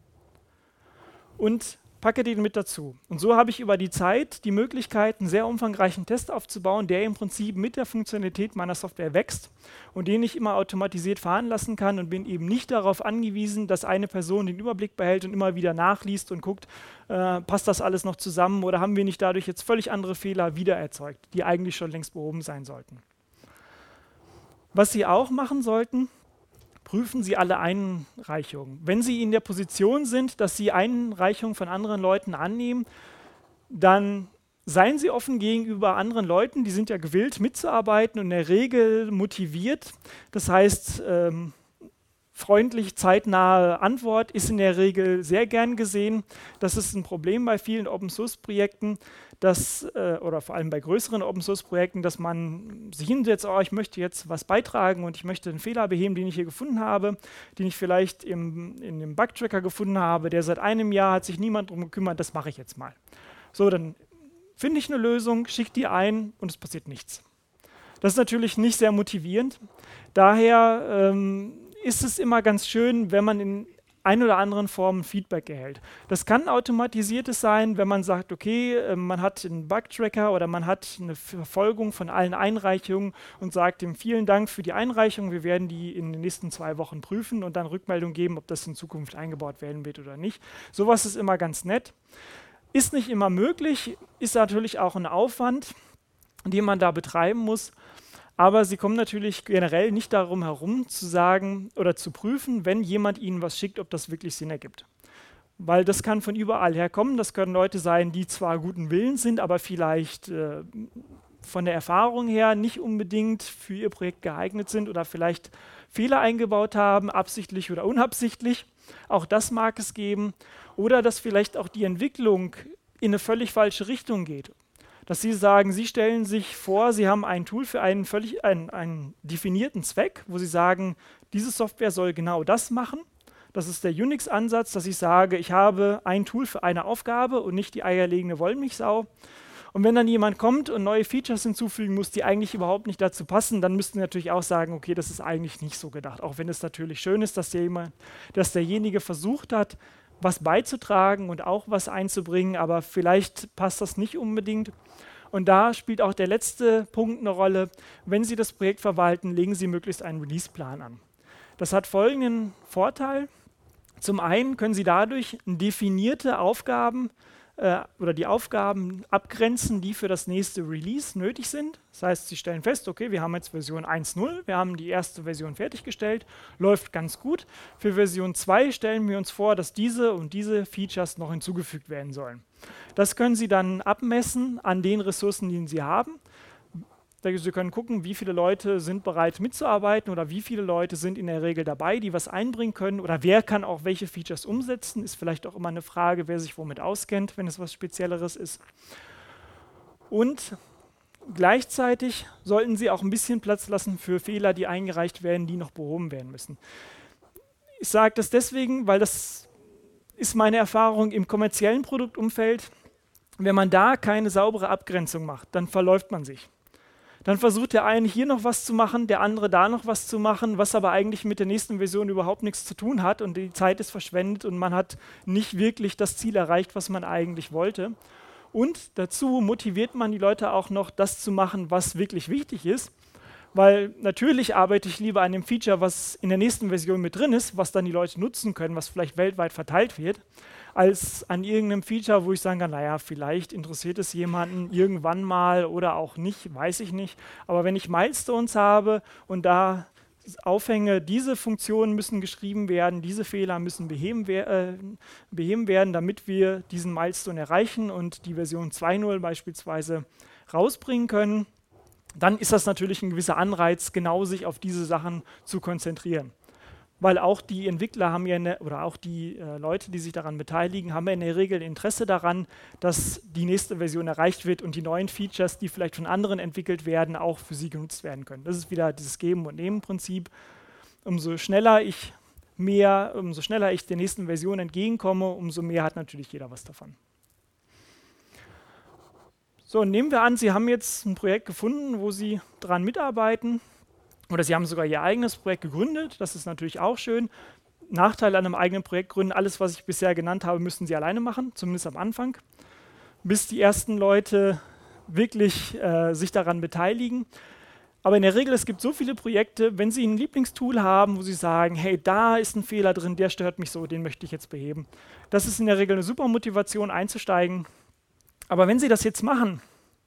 und packe den mit dazu. Und so habe ich über die Zeit die Möglichkeit, einen sehr umfangreichen Test aufzubauen, der im Prinzip mit der Funktionalität meiner Software wächst und den ich immer automatisiert fahren lassen kann und bin eben nicht darauf angewiesen, dass eine Person den Überblick behält und immer wieder nachliest und guckt, passt das alles noch zusammen oder haben wir nicht dadurch jetzt völlig andere Fehler wieder erzeugt, die eigentlich schon längst behoben sein sollten. Was Sie auch machen sollten, prüfen Sie alle Einreichungen. Wenn Sie in der Position sind, dass Sie Einreichungen von anderen Leuten annehmen, dann seien Sie offen gegenüber anderen Leuten, die sind ja gewillt mitzuarbeiten und in der Regel motiviert. Das heißt, freundlich, zeitnahe Antwort ist in der Regel sehr gern gesehen. Das ist ein Problem bei vielen Open-Source-Projekten, oder vor allem bei größeren Open-Source-Projekten, dass man sich hinsetzt, oh, ich möchte jetzt was beitragen und ich möchte einen Fehler beheben, den ich hier gefunden habe, den ich vielleicht in dem Bug-Tracker gefunden habe, der seit einem Jahr hat sich niemand darum gekümmert, das mache ich jetzt mal. So, dann finde ich eine Lösung, schicke die ein und es passiert nichts. Das ist natürlich nicht sehr motivierend. Daher ist es immer ganz schön, wenn man in ein oder anderen Formen Feedback erhält. Das kann automatisiertes sein, wenn man sagt, okay, man hat einen Bug-Tracker oder man hat eine Verfolgung von allen Einreichungen und sagt ihm vielen Dank für die Einreichung, wir werden die in den nächsten 2 Wochen prüfen und dann Rückmeldung geben, ob das in Zukunft eingebaut werden wird oder nicht. Sowas ist immer ganz nett. Ist nicht immer möglich, ist natürlich auch ein Aufwand, den man da betreiben muss. Aber Sie kommen natürlich generell nicht darum herum, zu sagen oder zu prüfen, wenn jemand Ihnen was schickt, ob das wirklich Sinn ergibt. Weil das kann von überall her kommen. Das können Leute sein, die zwar guten Willens sind, aber vielleicht von der Erfahrung her nicht unbedingt für ihr Projekt geeignet sind oder vielleicht Fehler eingebaut haben, absichtlich oder unabsichtlich. Auch das mag es geben. Oder dass vielleicht auch die Entwicklung in eine völlig falsche Richtung geht. Dass Sie sagen, Sie stellen sich vor, Sie haben ein Tool für einen einen definierten Zweck, wo Sie sagen, diese Software soll genau das machen. Das ist der Unix-Ansatz, dass ich sage, ich habe ein Tool für eine Aufgabe und nicht die eierlegende Wollmilchsau. Und wenn dann jemand kommt und neue Features hinzufügen muss, die eigentlich überhaupt nicht dazu passen, dann müssten wir natürlich auch sagen, okay, das ist eigentlich nicht so gedacht. Auch wenn es natürlich schön ist, dass derjenige versucht hat, was beizutragen und auch was einzubringen, aber vielleicht passt das nicht unbedingt. Und da spielt auch der letzte Punkt eine Rolle. Wenn Sie das Projekt verwalten, legen Sie möglichst einen Release-Plan an. Das hat folgenden Vorteil. Zum einen können Sie dadurch definierte Aufgaben oder die Aufgaben abgrenzen, die für das nächste Release nötig sind. Das heißt, Sie stellen fest, okay, wir haben jetzt Version 1.0, wir haben die erste Version fertiggestellt, läuft ganz gut. Für Version 2 stellen wir uns vor, dass diese und diese Features noch hinzugefügt werden sollen. Das können Sie dann abmessen an den Ressourcen, die Sie haben. Sie können gucken, wie viele Leute sind bereit mitzuarbeiten oder wie viele Leute sind in der Regel dabei, die was einbringen können oder wer kann auch welche Features umsetzen. Ist vielleicht auch immer eine Frage, wer sich womit auskennt, wenn es was Spezielleres ist. Und gleichzeitig sollten Sie auch ein bisschen Platz lassen für Fehler, die eingereicht werden, die noch behoben werden müssen. Ich sage das deswegen, weil das ist meine Erfahrung im kommerziellen Produktumfeld. wenn man da keine saubere Abgrenzung macht, dann verläuft man sich. Dann versucht der eine hier noch was zu machen, der andere da noch was zu machen, was aber eigentlich mit der nächsten Version überhaupt nichts zu tun hat und die Zeit ist verschwendet und man hat nicht wirklich das Ziel erreicht, was man eigentlich wollte. Und dazu motiviert man die Leute auch noch, das zu machen, was wirklich wichtig ist, weil natürlich arbeite ich lieber an dem Feature, was in der nächsten Version mit drin ist, was dann die Leute nutzen können, was vielleicht weltweit verteilt wird, als an irgendeinem Feature, wo ich sagen kann, naja, vielleicht interessiert es jemanden irgendwann mal oder auch nicht, weiß ich nicht. Aber wenn ich Milestones habe und da aufhänge, diese Funktionen müssen geschrieben werden, diese Fehler müssen beheben werden, damit wir diesen Milestone erreichen und die Version 2.0 beispielsweise rausbringen können, dann ist das natürlich ein gewisser Anreiz, genau sich auf diese Sachen zu konzentrieren. Weil auch die Entwickler haben ja, oder auch die Leute, die sich daran beteiligen, haben ja in der Regel Interesse daran, dass die nächste Version erreicht wird und die neuen Features, die vielleicht von anderen entwickelt werden, auch für sie genutzt werden können. Das ist wieder dieses Geben- und Nehmen-Prinzip. Umso schneller ich der nächsten Version entgegenkomme, umso mehr hat natürlich jeder was davon. So, nehmen wir an, Sie haben jetzt ein Projekt gefunden, wo Sie dran mitarbeiten. Oder Sie haben sogar Ihr eigenes Projekt gegründet, das ist natürlich auch schön. Nachteil an einem eigenen Projekt gründen, alles, was ich bisher genannt habe, müssen Sie alleine machen, zumindest am Anfang, bis die ersten Leute wirklich sich daran beteiligen. Aber in der Regel, es gibt so viele Projekte, wenn Sie ein Lieblingstool haben, wo Sie sagen, hey, da ist ein Fehler drin, der stört mich so, den möchte ich jetzt beheben. Das ist in der Regel eine super Motivation einzusteigen. Aber wenn Sie das jetzt machen,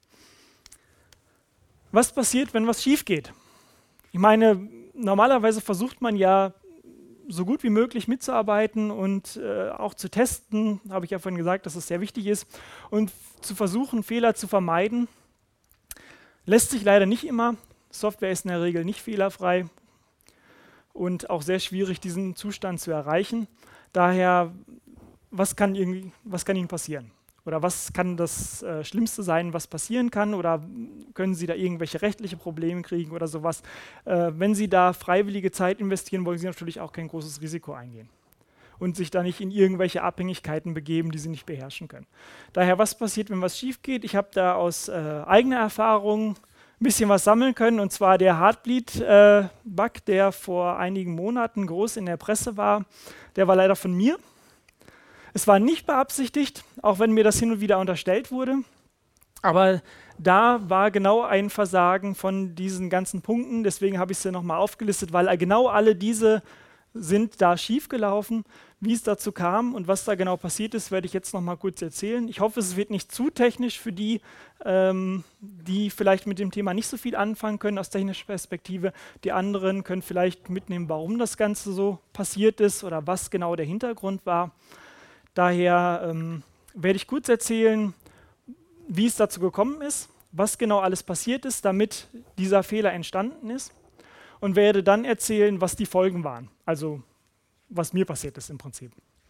was passiert, wenn was schief geht? Ich meine, normalerweise versucht man ja, so gut wie möglich mitzuarbeiten und auch zu testen, habe ich ja vorhin gesagt, dass es sehr wichtig ist, und zu versuchen, Fehler zu vermeiden. Lässt sich leider nicht immer. Software ist in der Regel nicht fehlerfrei und auch sehr schwierig, diesen Zustand zu erreichen. Daher, was kann Ihnen passieren? Oder was kann das Schlimmste sein, was passieren kann? Oder können Sie da irgendwelche rechtliche Probleme kriegen oder sowas? Wenn Sie da freiwillige Zeit investieren, wollen Sie natürlich auch kein großes Risiko eingehen und sich da nicht in irgendwelche Abhängigkeiten begeben, die Sie nicht beherrschen können. Daher, was passiert, wenn was schief geht? Ich habe da aus eigener Erfahrung ein bisschen was sammeln können, und zwar der Heartbleed-Bug, der vor einigen Monaten groß in der Presse war. Der war leider von mir. Es war nicht beabsichtigt, auch wenn mir das hin und wieder unterstellt wurde, aber da war genau ein Versagen von diesen ganzen Punkten, deswegen habe ich es ja nochmal aufgelistet, weil genau alle diese sind da schiefgelaufen. Wie es dazu kam und was da genau passiert ist, werde ich jetzt nochmal kurz erzählen. Ich hoffe, es wird nicht zu technisch für die, die vielleicht mit dem Thema nicht so viel anfangen können aus technischer Perspektive. Die anderen können vielleicht mitnehmen, warum das Ganze so passiert ist oder was genau der Hintergrund war. Daher werde ich kurz erzählen, wie es dazu gekommen ist, was genau alles passiert ist, damit dieser Fehler entstanden ist, und werde dann erzählen, was die Folgen waren, also was mir passiert ist im Prinzip.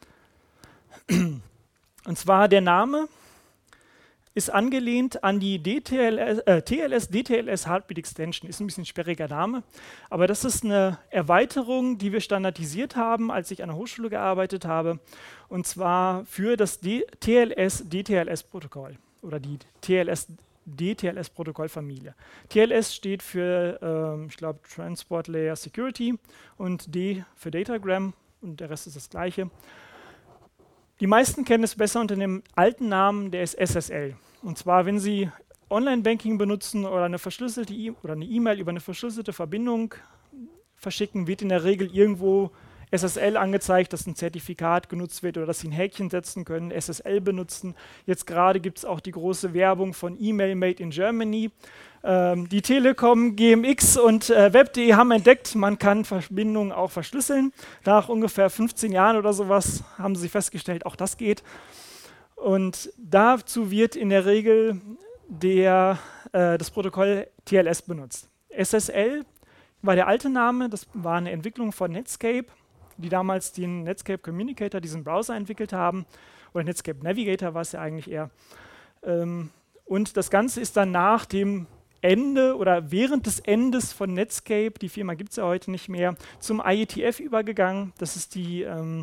Und zwar der Name ist angelehnt an die TLS Heartbeat Extension, ist ein bisschen sperriger Name, aber das ist eine Erweiterung, die wir standardisiert haben, als ich an der Hochschule gearbeitet habe, und zwar für das TLS-DTLS-Protokoll oder die TLS-DTLS-Protokollfamilie. TLS steht für, ich glaube, Transport Layer Security und D für Datagram und der Rest ist das gleiche. Die meisten kennen es besser unter dem alten Namen, der ist SSL. Und zwar, wenn Sie Online-Banking benutzen oder eine verschlüsselte E-Mail über eine verschlüsselte Verbindung verschicken, wird in der Regel irgendwo SSL angezeigt, dass ein Zertifikat genutzt wird oder dass Sie ein Häkchen setzen können, SSL benutzen. Jetzt gerade gibt es auch die große Werbung von E-Mail Made in Germany. Die Telekom, GMX und Web.de haben entdeckt, man kann Verbindungen auch verschlüsseln. Nach ungefähr 15 Jahren oder sowas haben sie festgestellt, auch das geht. Und dazu wird in der Regel das Protokoll TLS benutzt. SSL war der alte Name, das war eine Entwicklung von Netscape, die damals den Netscape Communicator, diesen Browser, entwickelt haben. Oder Netscape Navigator war es ja eigentlich eher. Und das Ganze ist dann nach dem Ende oder während des Endes von Netscape, die Firma gibt es ja heute nicht mehr, zum IETF übergegangen. Das ist die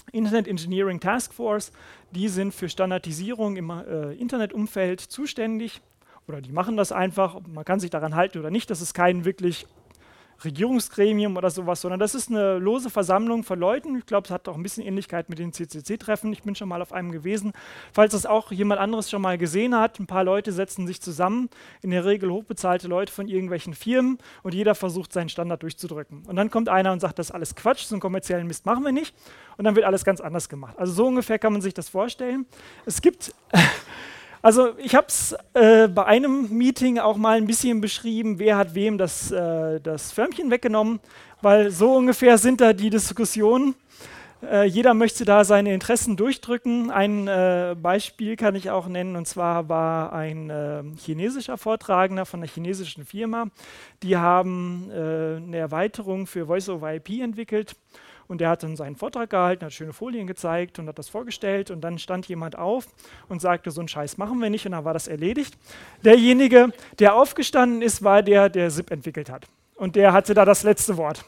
Internet Engineering Task Force, die sind für Standardisierung im Internetumfeld zuständig oder die machen das einfach, man kann sich daran halten oder nicht, das ist kein wirklich Regierungsgremium oder sowas, sondern das ist eine lose Versammlung von Leuten. Ich glaube, es hat auch ein bisschen Ähnlichkeit mit den CCC-Treffen. Ich bin schon mal auf einem gewesen. Falls das auch jemand anderes schon mal gesehen hat, ein paar Leute setzen sich zusammen, in der Regel hochbezahlte Leute von irgendwelchen Firmen und jeder versucht, seinen Standard durchzudrücken. Und dann kommt einer und sagt, das ist alles Quatsch, so einen kommerziellen Mist machen wir nicht. Und dann wird alles ganz anders gemacht. Also so ungefähr kann man sich das vorstellen. Es gibt... Also ich habe es bei einem Meeting auch mal ein bisschen beschrieben, wer hat wem das Förmchen weggenommen, weil so ungefähr sind da die Diskussionen. Jeder möchte da seine Interessen durchdrücken. Ein Beispiel kann ich auch nennen, und zwar war ein chinesischer Vortragender von einer chinesischen Firma. Die haben eine Erweiterung für Voice-over-IP entwickelt. Und der hat dann seinen Vortrag gehalten, hat schöne Folien gezeigt und hat das vorgestellt. Und dann stand jemand auf und sagte, so einen Scheiß machen wir nicht. Und dann war das erledigt. Derjenige, der aufgestanden ist, war der SIP entwickelt hat. Und der hatte da das letzte Wort.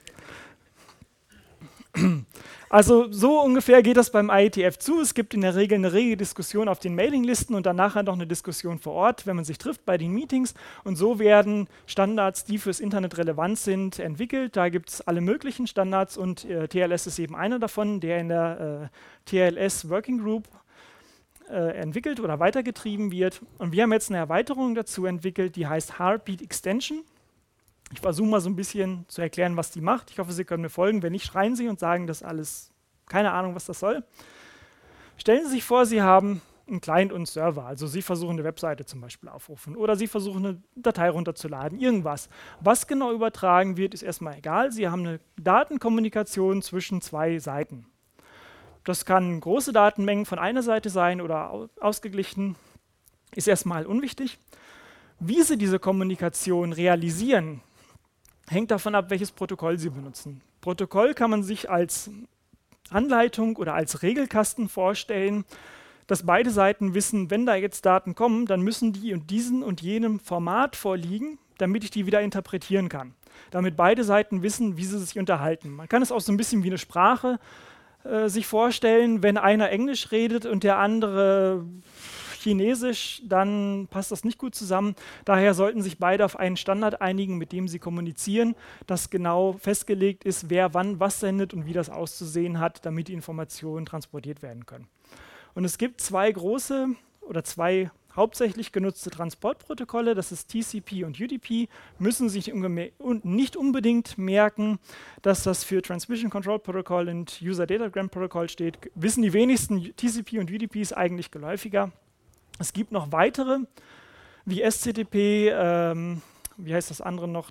Also so ungefähr geht das beim IETF zu. Es gibt in der Regel eine rege Diskussion auf den Mailinglisten und dann nachher noch eine Diskussion vor Ort, wenn man sich trifft bei den Meetings. Und so werden Standards, die fürs Internet relevant sind, entwickelt. Da gibt es alle möglichen Standards und TLS ist eben einer davon, der in der TLS Working Group entwickelt oder weitergetrieben wird. Und wir haben jetzt eine Erweiterung dazu entwickelt, die heißt Heartbeat Extension. Ich versuche mal so ein bisschen zu erklären, was die macht. Ich hoffe, Sie können mir folgen. Wenn nicht, schreien Sie und sagen, das alles, keine Ahnung, was das soll. Stellen Sie sich vor, Sie haben einen Client und einen Server. Also Sie versuchen eine Webseite zum Beispiel aufrufen oder Sie versuchen eine Datei runterzuladen, irgendwas. Was genau übertragen wird, ist erstmal egal. Sie haben eine Datenkommunikation zwischen zwei Seiten. Das kann große Datenmengen von einer Seite sein oder ausgeglichen. Ist erstmal unwichtig. Wie Sie diese Kommunikation realisieren, hängt davon ab, welches Protokoll Sie benutzen. Protokoll kann man sich als Anleitung oder als Regelkasten vorstellen, dass beide Seiten wissen, wenn da jetzt Daten kommen, dann müssen die in diesem und jenem Format vorliegen, damit ich die wieder interpretieren kann. Damit beide Seiten wissen, wie sie sich unterhalten. Man kann es auch so ein bisschen wie eine Sprache sich vorstellen, wenn einer Englisch redet und der andere Chinesisch, dann passt das nicht gut zusammen. Daher sollten sich beide auf einen Standard einigen, mit dem sie kommunizieren, dass genau festgelegt ist, wer wann was sendet und wie das auszusehen hat, damit die Informationen transportiert werden können. Und es gibt zwei große oder zwei hauptsächlich genutzte Transportprotokolle, das ist TCP und UDP, müssen sich nicht unbedingt merken, dass das für Transmission Control Protocol und User Datagram Protocol steht. Wissen die wenigsten, TCP und UDP ist eigentlich geläufiger. Es gibt noch weitere, wie SCTP, wie heißt das andere noch,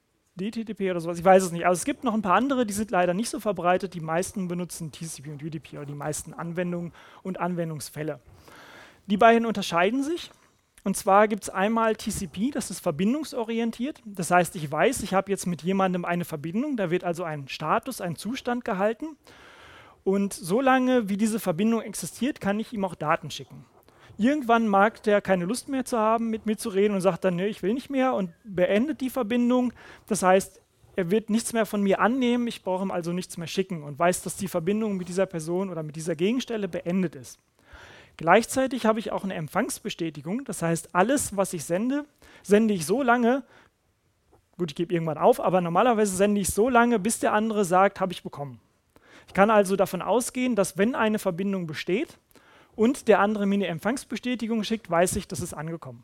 DTTP oder sowas, ich weiß es nicht. Also es gibt noch ein paar andere, die sind leider nicht so verbreitet. Die meisten benutzen TCP und UDP oder die meisten Anwendungen und Anwendungsfälle. Die beiden unterscheiden sich. Und zwar gibt es einmal TCP, das ist verbindungsorientiert. Das heißt, ich weiß, ich habe jetzt mit jemandem eine Verbindung, da wird also ein Status, ein Zustand gehalten. Und solange wie diese Verbindung existiert, kann ich ihm auch Daten schicken. Irgendwann mag der keine Lust mehr zu haben, mit mir zu reden und sagt dann, nee, ich will nicht mehr und beendet die Verbindung. Das heißt, er wird nichts mehr von mir annehmen, ich brauche ihm also nichts mehr schicken und weiß, dass die Verbindung mit dieser Person oder mit dieser Gegenstelle beendet ist. Gleichzeitig habe ich auch eine Empfangsbestätigung, das heißt, alles, was ich sende, sende ich so lange, gut, ich gebe irgendwann auf, aber normalerweise sende ich so lange, bis der andere sagt, habe ich bekommen. Ich kann also davon ausgehen, dass wenn eine Verbindung besteht, und der andere mir eine Empfangsbestätigung schickt, weiß ich, das ist angekommen.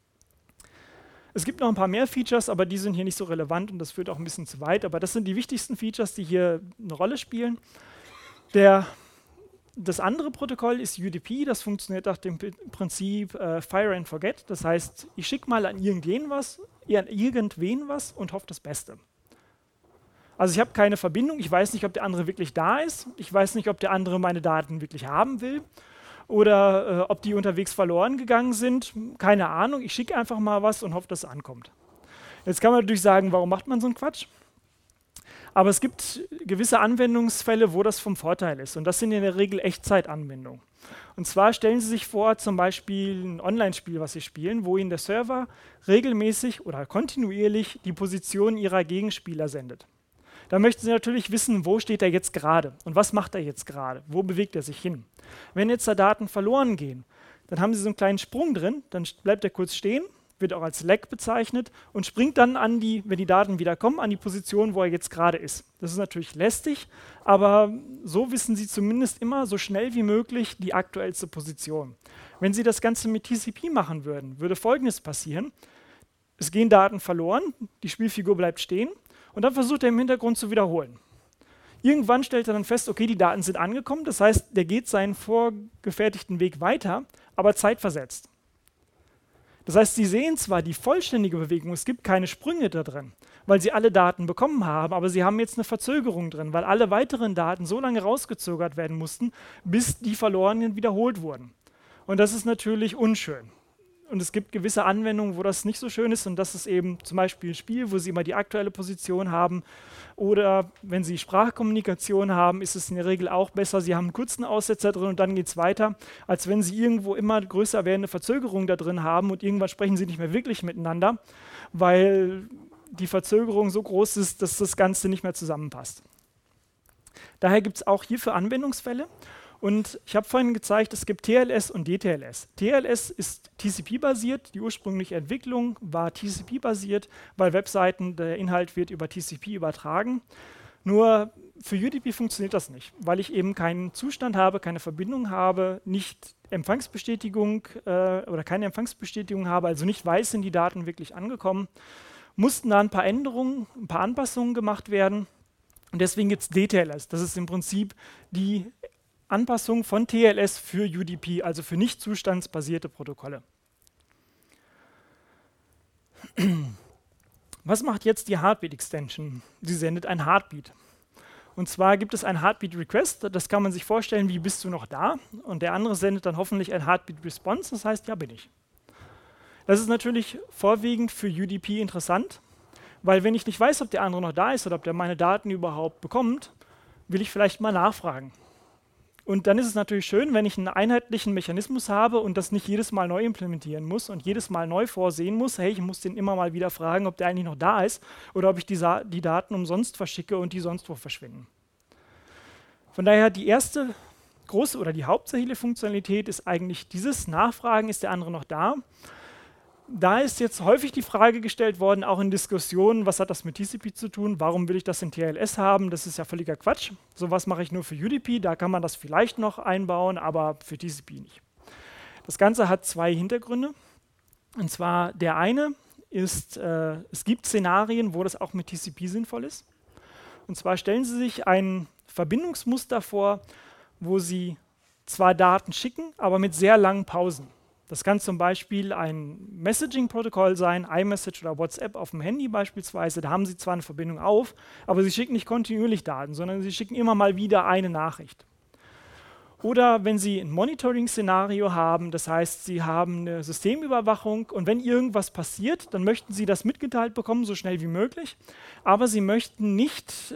Es gibt noch ein paar mehr Features, aber die sind hier nicht so relevant und das führt auch ein bisschen zu weit. Aber das sind die wichtigsten Features, die hier eine Rolle spielen. Das andere Protokoll ist UDP, das funktioniert nach dem Prinzip Fire and Forget. Das heißt, ich schicke mal an irgendwen was und hoffe das Beste. Also ich habe keine Verbindung, ich weiß nicht, ob der andere wirklich da ist, ich weiß nicht, ob der andere meine Daten wirklich haben will. Oder ob die unterwegs verloren gegangen sind, keine Ahnung. Ich schicke einfach mal was und hoffe, dass es ankommt. Jetzt kann man natürlich sagen, warum macht man so einen Quatsch? Aber es gibt gewisse Anwendungsfälle, wo das vom Vorteil ist. Und das sind in der Regel Echtzeitanwendungen. Und zwar stellen Sie sich vor, zum Beispiel ein Online-Spiel, was Sie spielen, wo Ihnen der Server regelmäßig oder kontinuierlich die Position Ihrer Gegenspieler sendet. Da möchten Sie natürlich wissen, wo steht er jetzt gerade und was macht er jetzt gerade, wo bewegt er sich hin. Wenn jetzt da Daten verloren gehen, dann haben Sie so einen kleinen Sprung drin, dann bleibt er kurz stehen, wird auch als Lag bezeichnet und springt dann an die, wenn die Daten wieder kommen, an die Position, wo er jetzt gerade ist. Das ist natürlich lästig, aber so wissen Sie zumindest immer so schnell wie möglich die aktuellste Position. Wenn Sie das Ganze mit TCP machen würden, würde Folgendes passieren. Es gehen Daten verloren, die Spielfigur bleibt stehen und dann versucht er im Hintergrund zu wiederholen. Irgendwann stellt er dann fest, okay, die Daten sind angekommen, das heißt, der geht seinen vorgefertigten Weg weiter, aber zeitversetzt. Das heißt, Sie sehen zwar die vollständige Bewegung, es gibt keine Sprünge da drin, weil Sie alle Daten bekommen haben, aber Sie haben jetzt eine Verzögerung drin, weil alle weiteren Daten so lange rausgezögert werden mussten, bis die verlorenen wiederholt wurden. Und das ist natürlich unschön. Und es gibt gewisse Anwendungen, wo das nicht so schön ist und das ist eben zum Beispiel ein Spiel, wo Sie immer die aktuelle Position haben oder wenn Sie Sprachkommunikation haben, ist es in der Regel auch besser, Sie haben einen kurzen Aussetzer drin und dann geht es weiter, als wenn Sie irgendwo immer größer werdende Verzögerung da drin haben und irgendwann sprechen Sie nicht mehr wirklich miteinander, weil die Verzögerung so groß ist, dass das Ganze nicht mehr zusammenpasst. Daher gibt es auch hierfür Anwendungsfälle. Und ich habe vorhin gezeigt, es gibt TLS und DTLS. TLS ist TCP-basiert, die ursprüngliche Entwicklung war TCP-basiert, weil Webseiten, der Inhalt wird über TCP übertragen. Nur für UDP funktioniert das nicht, weil ich eben keinen Zustand habe, keine Verbindung habe, nicht Empfangsbestätigung oder keine Empfangsbestätigung habe, also nicht weiß, sind die Daten wirklich angekommen. Mussten da ein paar Änderungen, ein paar Anpassungen gemacht werden. Und deswegen gibt es DTLS. Das ist im Prinzip die Anpassung von TLS für UDP, also für nicht zustandsbasierte Protokolle. Was macht jetzt die Heartbeat-Extension? Sie sendet ein Heartbeat. Und zwar gibt es ein Heartbeat-Request, das kann man sich vorstellen, wie bist du noch da? Und der andere sendet dann hoffentlich ein Heartbeat-Response, das heißt, ja, bin ich. Das ist natürlich vorwiegend für UDP interessant, weil wenn ich nicht weiß, ob der andere noch da ist oder ob der meine Daten überhaupt bekommt, will ich vielleicht mal nachfragen. Und dann ist es natürlich schön, wenn ich einen einheitlichen Mechanismus habe und das nicht jedes Mal neu implementieren muss und jedes Mal neu vorsehen muss, hey, ich muss den immer mal wieder fragen, ob der eigentlich noch da ist oder ob ich die Daten umsonst verschicke und die sonst wo verschwinden. Von daher die erste große oder die hauptsächliche Funktionalität ist eigentlich dieses Nachfragen, ist der andere noch da? Da ist jetzt häufig die Frage gestellt worden, auch in Diskussionen, was hat das mit TCP zu tun, warum will ich das in TLS haben, das ist ja völliger Quatsch. Sowas mache ich nur für UDP, da kann man das vielleicht noch einbauen, aber für TCP nicht. Das Ganze hat zwei Hintergründe. Und zwar der eine ist, es gibt Szenarien, wo das auch mit TCP sinnvoll ist. Und zwar stellen Sie sich ein Verbindungsmuster vor, wo Sie zwar Daten schicken, aber mit sehr langen Pausen. Das kann zum Beispiel ein Messaging-Protokoll sein, iMessage oder WhatsApp auf dem Handy beispielsweise. Da haben Sie zwar eine Verbindung auf, aber Sie schicken nicht kontinuierlich Daten, sondern Sie schicken immer mal wieder eine Nachricht. Oder wenn Sie ein Monitoring-Szenario haben, das heißt, Sie haben eine Systemüberwachung und wenn irgendwas passiert, dann möchten Sie das mitgeteilt bekommen, so schnell wie möglich, aber Sie möchten nicht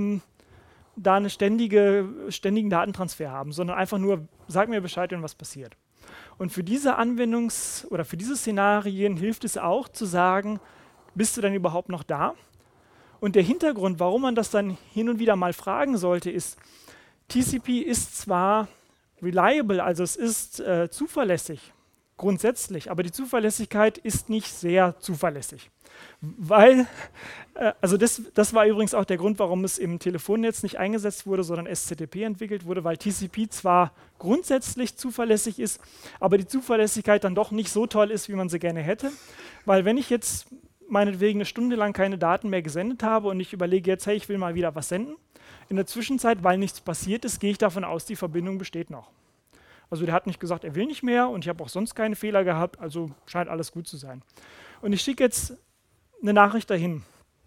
da einen ständigen Datentransfer haben, sondern einfach nur, sag mir Bescheid, wenn was passiert. Und für diese oder für diese Szenarien hilft es auch zu sagen, bist du denn überhaupt noch da? Und der Hintergrund, warum man das dann hin und wieder mal fragen sollte, ist, TCP ist zwar reliable, also es ist zuverlässig, grundsätzlich, aber die Zuverlässigkeit ist nicht sehr zuverlässig. Weil, also das war übrigens auch der Grund, warum es im Telefonnetz nicht eingesetzt wurde, sondern SCTP entwickelt wurde, weil TCP zwar grundsätzlich zuverlässig ist, aber die Zuverlässigkeit dann doch nicht so toll ist, wie man sie gerne hätte. Weil wenn ich jetzt meinetwegen eine Stunde lang keine Daten mehr gesendet habe und ich überlege jetzt, hey, ich will mal wieder was senden, in der Zwischenzeit, weil nichts passiert ist, gehe ich davon aus, die Verbindung besteht noch. Also der hat nicht gesagt, er will nicht mehr und ich habe auch sonst keine Fehler gehabt, also scheint alles gut zu sein. Und ich schicke jetzt eine Nachricht dahin.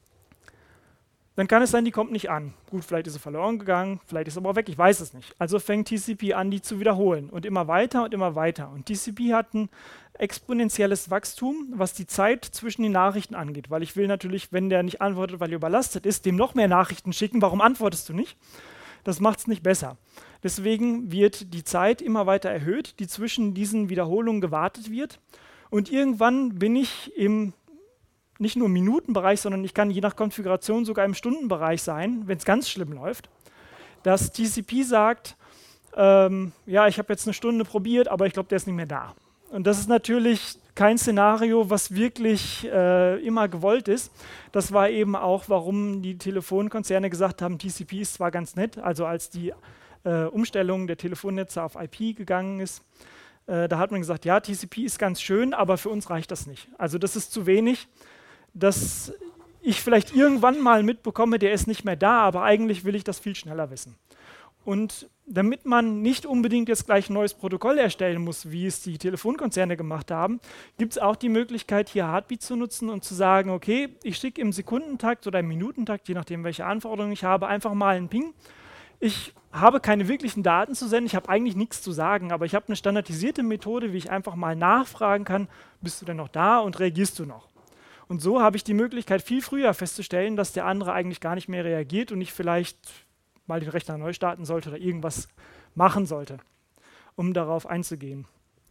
Dann kann es sein, die kommt nicht an. Gut, vielleicht ist sie verloren gegangen, vielleicht ist sie aber auch weg, ich weiß es nicht. Also fängt TCP an, die zu wiederholen und immer weiter und immer weiter. Und TCP hat ein exponentielles Wachstum, was die Zeit zwischen den Nachrichten angeht. Weil ich will natürlich, wenn der nicht antwortet, weil er überlastet ist, dem noch mehr Nachrichten schicken. Warum antwortest du nicht? Das macht es nicht besser. Deswegen wird die Zeit immer weiter erhöht, die zwischen diesen Wiederholungen gewartet wird. Und irgendwann bin ich im nicht nur im Minutenbereich, sondern ich kann je nach Konfiguration sogar im Stundenbereich sein, wenn es ganz schlimm läuft, dass TCP sagt, ja, ich habe jetzt eine Stunde probiert, aber ich glaube, der ist nicht mehr da. Und das ist natürlich kein Szenario, was wirklich immer gewollt ist. Das war eben auch, warum die Telefonkonzerne gesagt haben, TCP ist zwar ganz nett, also als die Umstellung der Telefonnetze auf IP gegangen ist, da hat man gesagt, ja, TCP ist ganz schön, aber für uns reicht das nicht. Also das ist zu wenig, dass ich vielleicht irgendwann mal mitbekomme, der ist nicht mehr da, aber eigentlich will ich das viel schneller wissen. Und damit man nicht unbedingt jetzt gleich ein neues Protokoll erstellen muss, wie es die Telefonkonzerne gemacht haben, gibt es auch die Möglichkeit, hier Heartbeat zu nutzen und zu sagen, okay, ich schicke im Sekundentakt oder im Minutentakt, je nachdem, welche Anforderungen ich habe, einfach mal einen Ping. Ich habe keine wirklichen Daten zu senden, ich habe eigentlich nichts zu sagen, aber ich habe eine standardisierte Methode, wie ich einfach mal nachfragen kann, bist du denn noch da und reagierst du noch? Und so habe ich die Möglichkeit, viel früher festzustellen, dass der andere eigentlich gar nicht mehr reagiert und ich vielleicht mal den Rechner neu starten sollte oder irgendwas machen sollte, um darauf einzugehen.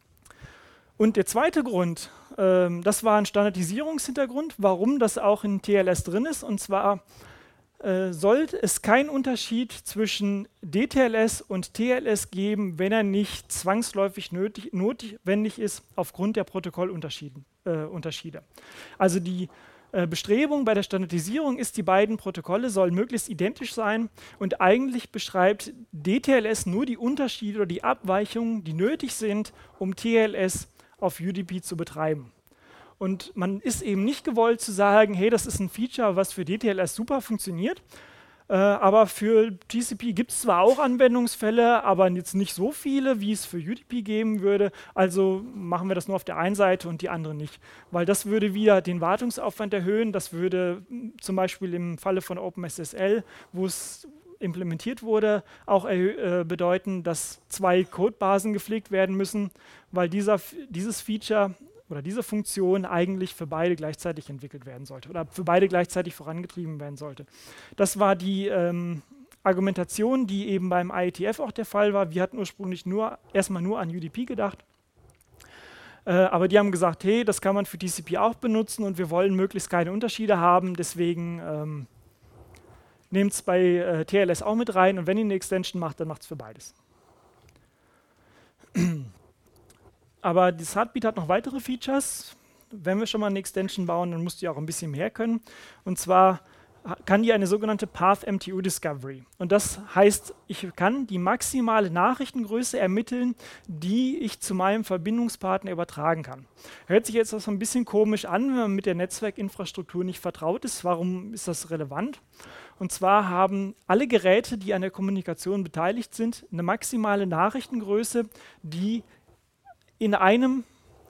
Und der zweite Grund, das war ein Standardisierungshintergrund, warum das auch in TLS drin ist, und zwar sollte es keinen Unterschied zwischen DTLS und TLS geben, wenn er nicht zwangsläufig notwendig ist aufgrund der Protokollunterschiede. Also die Bestrebung bei der Standardisierung ist, die beiden Protokolle sollen möglichst identisch sein und eigentlich beschreibt DTLS nur die Unterschiede oder die Abweichungen, die nötig sind, um TLS auf UDP zu betreiben. Und man ist eben nicht gewollt zu sagen, hey, das ist ein Feature, was für DTLS super funktioniert, aber für TCP gibt es zwar auch Anwendungsfälle, aber jetzt nicht so viele, wie es für UDP geben würde, also machen wir das nur auf der einen Seite und die andere nicht. Weil das würde wieder den Wartungsaufwand erhöhen, das würde zum Beispiel im Falle von OpenSSL, wo es implementiert wurde, auch bedeuten, dass 2 Codebasen gepflegt werden müssen, weil dieses Feature oder diese Funktion eigentlich für beide gleichzeitig entwickelt werden sollte oder für beide gleichzeitig vorangetrieben werden sollte. Das war die Argumentation, die eben beim IETF auch der Fall war. Wir hatten ursprünglich erstmal nur an UDP gedacht, aber die haben gesagt, hey, das kann man für TCP auch benutzen und wir wollen möglichst keine Unterschiede haben, deswegen nehmt es bei TLS auch mit rein und wenn ihr eine Extension macht, dann macht es für beides. Aber das Heartbeat hat noch weitere Features. Wenn wir schon mal eine Extension bauen, dann muss die auch ein bisschen mehr können. Und zwar kann die eine sogenannte Path MTU Discovery. Und das heißt, ich kann die maximale Nachrichtengröße ermitteln, die ich zu meinem Verbindungspartner übertragen kann. Hört sich jetzt so ein bisschen komisch an, wenn man mit der Netzwerkinfrastruktur nicht vertraut ist. Warum ist das relevant? Und zwar haben alle Geräte, die an der Kommunikation beteiligt sind, eine maximale Nachrichtengröße, die in einem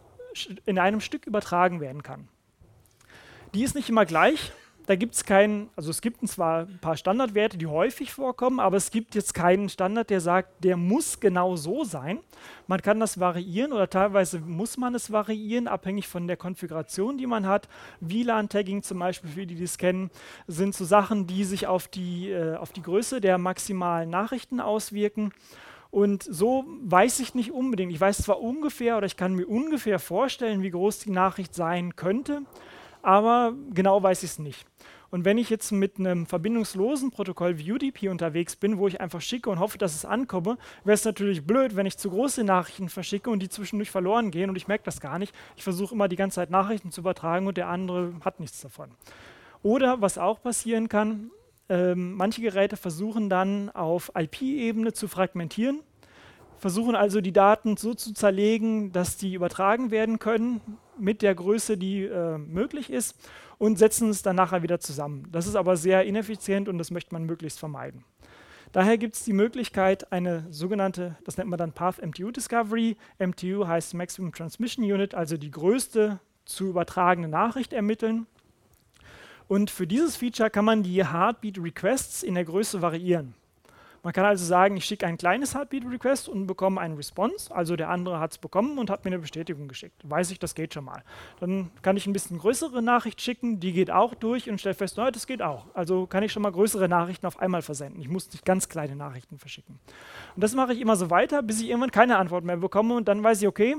Stück übertragen werden kann. Die ist nicht immer gleich. Da gibt es es gibt zwar ein paar Standardwerte, die häufig vorkommen, aber es gibt jetzt keinen Standard, der sagt, der muss genau so sein. Man kann das variieren oder teilweise muss man es variieren, abhängig von der Konfiguration, die man hat. WLAN-Tagging zum Beispiel, für die, die es kennen, sind so Sachen, die sich auf die Größe der maximalen Nachrichten auswirken. Und so weiß ich nicht unbedingt. Ich weiß zwar ungefähr oder ich kann mir ungefähr vorstellen, wie groß die Nachricht sein könnte, aber genau weiß ich es nicht. Und wenn ich jetzt mit einem verbindungslosen Protokoll wie UDP unterwegs bin, wo ich einfach schicke und hoffe, dass es ankomme, wäre es natürlich blöd, wenn ich zu große Nachrichten verschicke und die zwischendurch verloren gehen und ich merke das gar nicht. Ich versuche immer die ganze Zeit Nachrichten zu übertragen und der andere hat nichts davon. Oder was auch passieren kann, manche Geräte versuchen dann auf IP-Ebene zu fragmentieren, versuchen also die Daten so zu zerlegen, dass die übertragen werden können mit der Größe, die möglich ist und setzen es dann nachher wieder zusammen. Das ist aber sehr ineffizient und das möchte man möglichst vermeiden. Daher gibt es die Möglichkeit, eine sogenannte, das nennt man dann Path MTU Discovery. MTU heißt Maximum Transmission Unit, also die größte zu übertragene Nachricht ermitteln. Und für dieses Feature kann man die Heartbeat Requests in der Größe variieren. Man kann also sagen, ich schicke ein kleines Heartbeat Request und bekomme einen Response, also der andere hat es bekommen und hat mir eine Bestätigung geschickt. Weiß ich, das geht schon mal. Dann kann ich ein bisschen größere Nachricht schicken, die geht auch durch und stelle fest, das geht auch. Also kann ich schon mal größere Nachrichten auf einmal versenden. Ich muss nicht ganz kleine Nachrichten verschicken. Und das mache ich immer so weiter, bis ich irgendwann keine Antwort mehr bekomme und dann weiß ich, okay,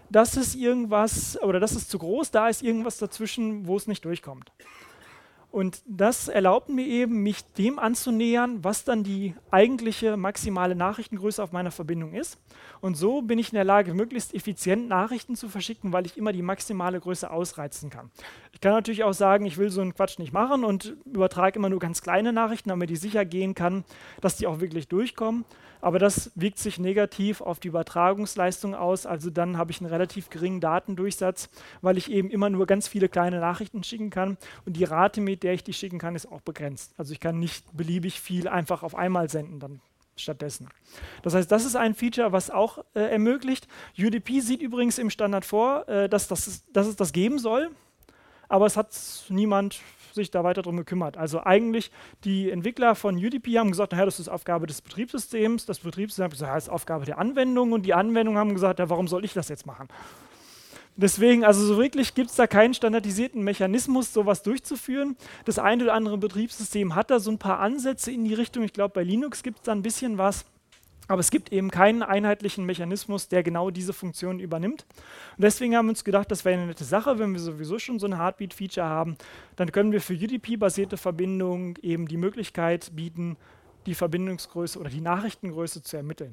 das ist irgendwas, oder das ist zu groß, da ist irgendwas dazwischen, wo es nicht durchkommt. Und das erlaubt mir eben, mich dem anzunähern, was dann die eigentliche maximale Nachrichtengröße auf meiner Verbindung ist. Und so bin ich in der Lage, möglichst effizient Nachrichten zu verschicken, weil ich immer die maximale Größe ausreizen kann. Ich kann natürlich auch sagen, ich will so einen Quatsch nicht machen und übertrage immer nur ganz kleine Nachrichten, damit ich sicher gehen kann, dass die auch wirklich durchkommen. Aber das wirkt sich negativ auf die Übertragungsleistung aus. Also dann habe ich einen relativ geringen Datendurchsatz, weil ich eben immer nur ganz viele kleine Nachrichten schicken kann. Und die Rate, mit der ich die schicken kann, ist auch begrenzt. Also ich kann nicht beliebig viel einfach auf einmal senden dann stattdessen. Das heißt, das ist ein Feature, was auch ermöglicht. UDP sieht übrigens im Standard vor, dass es das geben soll. Aber es hat niemand sich da weiter drum gekümmert. Also eigentlich die Entwickler von UDP haben gesagt, naja, das ist Aufgabe des Betriebssystems. Das Betriebssystem hat gesagt, das ist Aufgabe der Anwendung. Und die Anwendungen haben gesagt, ja, warum soll ich das jetzt machen? Deswegen, also so wirklich gibt es da keinen standardisierten Mechanismus, sowas durchzuführen. Das eine oder andere Betriebssystem hat da so ein paar Ansätze in die Richtung. Ich glaube, bei Linux gibt es da ein bisschen was. Aber es gibt eben keinen einheitlichen Mechanismus, der genau diese Funktion übernimmt. Und deswegen haben wir uns gedacht, das wäre eine nette Sache, wenn wir sowieso schon so ein Heartbeat-Feature haben, dann können wir für UDP-basierte Verbindungen eben die Möglichkeit bieten, die Verbindungsgröße oder die Nachrichtengröße zu ermitteln.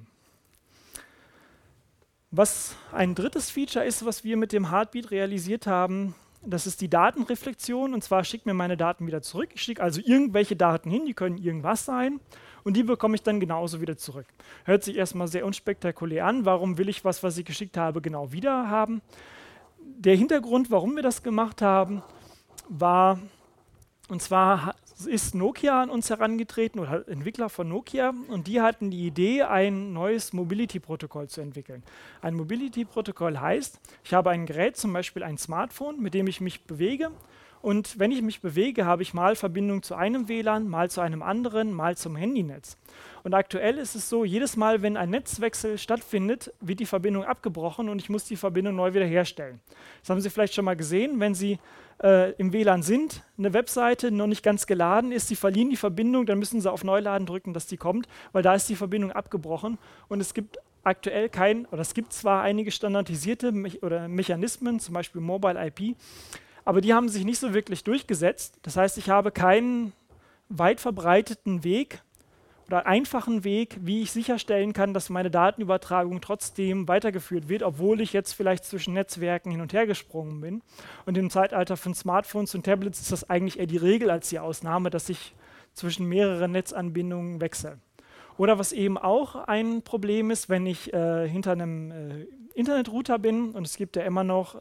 Was ein drittes Feature ist, was wir mit dem Heartbeat realisiert haben, das ist die Datenreflexion. Und zwar schickt mir meine Daten wieder zurück. Ich schicke also irgendwelche Daten hin, die können irgendwas sein. Und die bekomme ich dann genauso wieder zurück. Hört sich erstmal sehr unspektakulär an. Warum will ich was ich geschickt habe, genau wieder haben? Der Hintergrund, warum wir das gemacht haben, war, und zwar ist Nokia an uns herangetreten, oder Entwickler von Nokia, und die hatten die Idee, ein neues Mobility-Protokoll zu entwickeln. Ein Mobility-Protokoll heißt, ich habe ein Gerät, zum Beispiel ein Smartphone, mit dem ich mich bewege. Und wenn ich mich bewege, habe ich mal Verbindung zu einem WLAN, mal zu einem anderen, mal zum Handynetz. Und aktuell ist es so, jedes Mal, wenn ein Netzwechsel stattfindet, wird die Verbindung abgebrochen und ich muss die Verbindung neu wiederherstellen. Das haben Sie vielleicht schon mal gesehen, wenn Sie im WLAN sind, eine Webseite noch nicht ganz geladen ist, Sie verlieren die Verbindung, dann müssen Sie auf Neuladen drücken, dass die kommt, weil da ist die Verbindung abgebrochen und es gibt aktuell es gibt zwar einige standardisierte Mechanismen, zum Beispiel Mobile IP, aber die haben sich nicht so wirklich durchgesetzt. Das heißt, ich habe keinen weit verbreiteten Weg oder einfachen Weg, wie ich sicherstellen kann, dass meine Datenübertragung trotzdem weitergeführt wird, obwohl ich jetzt vielleicht zwischen Netzwerken hin und her gesprungen bin. Und im Zeitalter von Smartphones und Tablets ist das eigentlich eher die Regel als die Ausnahme, dass ich zwischen mehreren Netzanbindungen wechsle. Oder was eben auch ein Problem ist, wenn ich hinter einem Internetrouter bin, und es gibt ja immer noch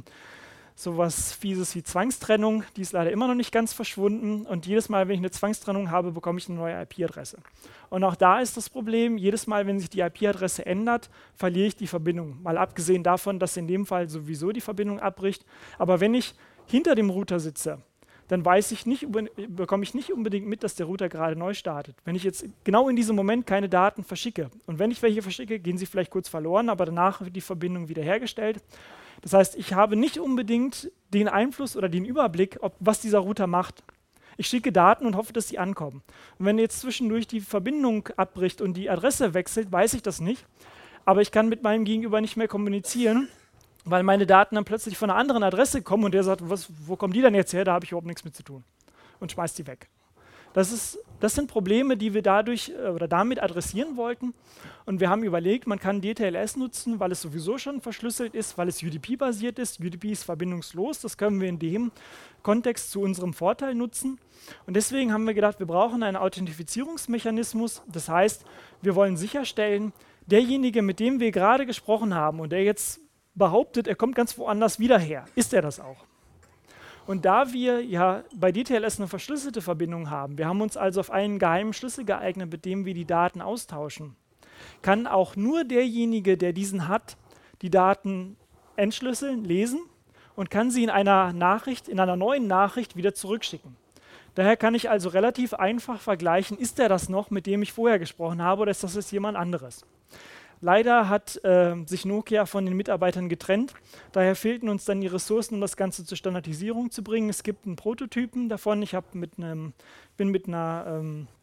sowas Fieses wie Zwangstrennung, die ist leider immer noch nicht ganz verschwunden und jedes Mal, wenn ich eine Zwangstrennung habe, bekomme ich eine neue IP-Adresse. Und auch da ist das Problem, jedes Mal, wenn sich die IP-Adresse ändert, verliere ich die Verbindung. Mal abgesehen davon, dass in dem Fall sowieso die Verbindung abbricht. Aber wenn ich hinter dem Router sitze, dann bekomme ich nicht unbedingt mit, dass der Router gerade neu startet. Wenn ich jetzt genau in diesem Moment keine Daten verschicke und wenn ich welche verschicke, gehen sie vielleicht kurz verloren, aber danach wird die Verbindung wiederhergestellt. Das heißt, ich habe nicht unbedingt den Einfluss oder den Überblick, was dieser Router macht. Ich schicke Daten und hoffe, dass sie ankommen. Und wenn jetzt zwischendurch die Verbindung abbricht und die Adresse wechselt, weiß ich das nicht. Aber ich kann mit meinem Gegenüber nicht mehr kommunizieren, weil meine Daten dann plötzlich von einer anderen Adresse kommen und der sagt, wo kommen die denn jetzt her? Da habe ich überhaupt nichts mit zu tun. Und schmeißt die weg. Das sind Probleme, die wir damit adressieren wollten. Und wir haben überlegt, man kann DTLS nutzen, weil es sowieso schon verschlüsselt ist, weil es UDP-basiert ist. UDP ist verbindungslos, das können wir in dem Kontext zu unserem Vorteil nutzen. Und deswegen haben wir gedacht, wir brauchen einen Authentifizierungsmechanismus. Das heißt, wir wollen sicherstellen, derjenige, mit dem wir gerade gesprochen haben und der jetzt behauptet, er kommt ganz woanders wieder her, ist er das auch? Und da wir ja bei DTLS eine verschlüsselte Verbindung haben, wir haben uns also auf einen geheimen Schlüssel geeignet, mit dem wir die Daten austauschen, kann auch nur derjenige, der diesen hat, die Daten entschlüsseln, lesen und kann sie in einer neuen Nachricht wieder zurückschicken. Daher kann ich also relativ einfach vergleichen, ist er das noch, mit dem ich vorher gesprochen habe, oder ist das jetzt jemand anderes? Leider hat sich Nokia von den Mitarbeitern getrennt. Daher fehlten uns dann die Ressourcen, um das Ganze zur Standardisierung zu bringen. Es gibt einen Prototypen davon. Ich bin mit einer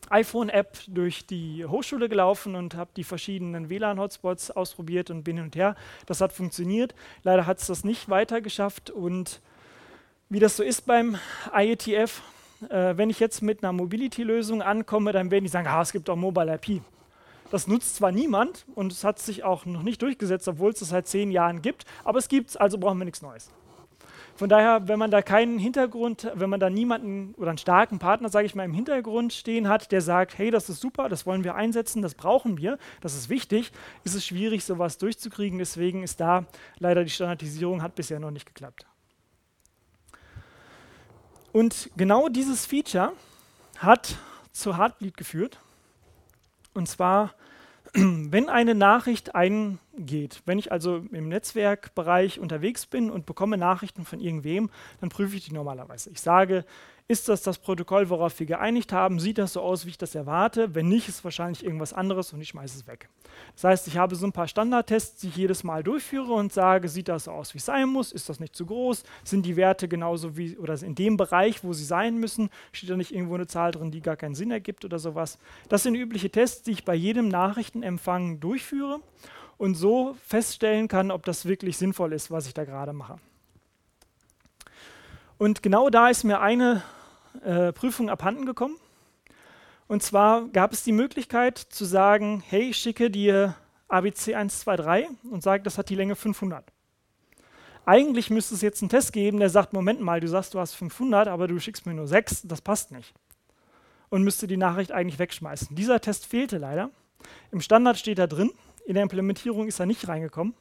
iPhone-App durch die Hochschule gelaufen und habe die verschiedenen WLAN-Hotspots ausprobiert und bin hin und her. Das hat funktioniert. Leider hat es das nicht weiter geschafft. Und wie das so ist beim IETF, wenn ich jetzt mit einer Mobility-Lösung ankomme, dann werden die sagen, es gibt auch Mobile IP. Das nutzt zwar niemand und es hat sich auch noch nicht durchgesetzt, obwohl es das seit 10 Jahren gibt, aber es gibt es, also brauchen wir nichts Neues. Von daher, wenn man da keinen Hintergrund, wenn man da niemanden oder einen starken Partner, sage ich mal, im Hintergrund stehen hat, der sagt, hey, das ist super, das wollen wir einsetzen, das brauchen wir, das ist wichtig, ist es schwierig, sowas durchzukriegen. Deswegen ist da leider die Standardisierung hat bisher noch nicht geklappt. Und genau dieses Feature hat zu Heartbleed geführt. Und zwar, wenn eine Nachricht eingeht, wenn ich also im Netzwerkbereich unterwegs bin und bekomme Nachrichten von irgendwem, dann prüfe ich die normalerweise. Ich sage, ist das Protokoll, worauf wir geeinigt haben? Sieht das so aus, wie ich das erwarte? Wenn nicht, ist es wahrscheinlich irgendwas anderes und ich schmeiße es weg. Das heißt, ich habe so ein paar Standardtests, die ich jedes Mal durchführe und sage, sieht das so aus, wie es sein muss? Ist das nicht zu groß? Sind die Werte genauso wie, oder in dem Bereich, wo sie sein müssen? Steht da nicht irgendwo eine Zahl drin, die gar keinen Sinn ergibt oder sowas? Das sind übliche Tests, die ich bei jedem Nachrichtenempfang durchführe und so feststellen kann, ob das wirklich sinnvoll ist, was ich da gerade mache. Und genau da ist mir eine Prüfung abhanden gekommen. Und zwar gab es die Möglichkeit zu sagen, hey, ich schicke dir ABC 123 und sage, das hat die Länge 500. Eigentlich müsste es jetzt einen Test geben, der sagt, Moment mal, du sagst, du hast 500, aber du schickst mir nur 6, das passt nicht. Und müsste die Nachricht eigentlich wegschmeißen. Dieser Test fehlte leider. Im Standard steht er drin, in der Implementierung ist er nicht reingekommen.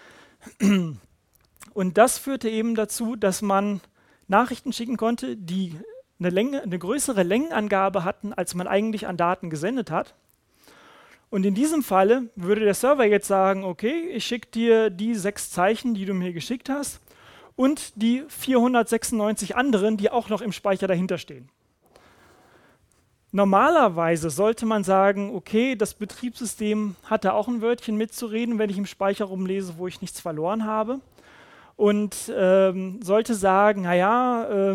Und das führte eben dazu, dass man Nachrichten schicken konnte, die eine größere Längenangabe hatten, als man eigentlich an Daten gesendet hat. Und in diesem Falle würde der Server jetzt sagen, okay, ich schicke dir die 6 Zeichen, die du mir geschickt hast und die 496 anderen, die auch noch im Speicher dahinter stehen. Normalerweise sollte man sagen, okay, das Betriebssystem hat da auch ein Wörtchen mitzureden, wenn ich im Speicher rumlese, wo ich nichts verloren habe. Und sollte sagen, naja,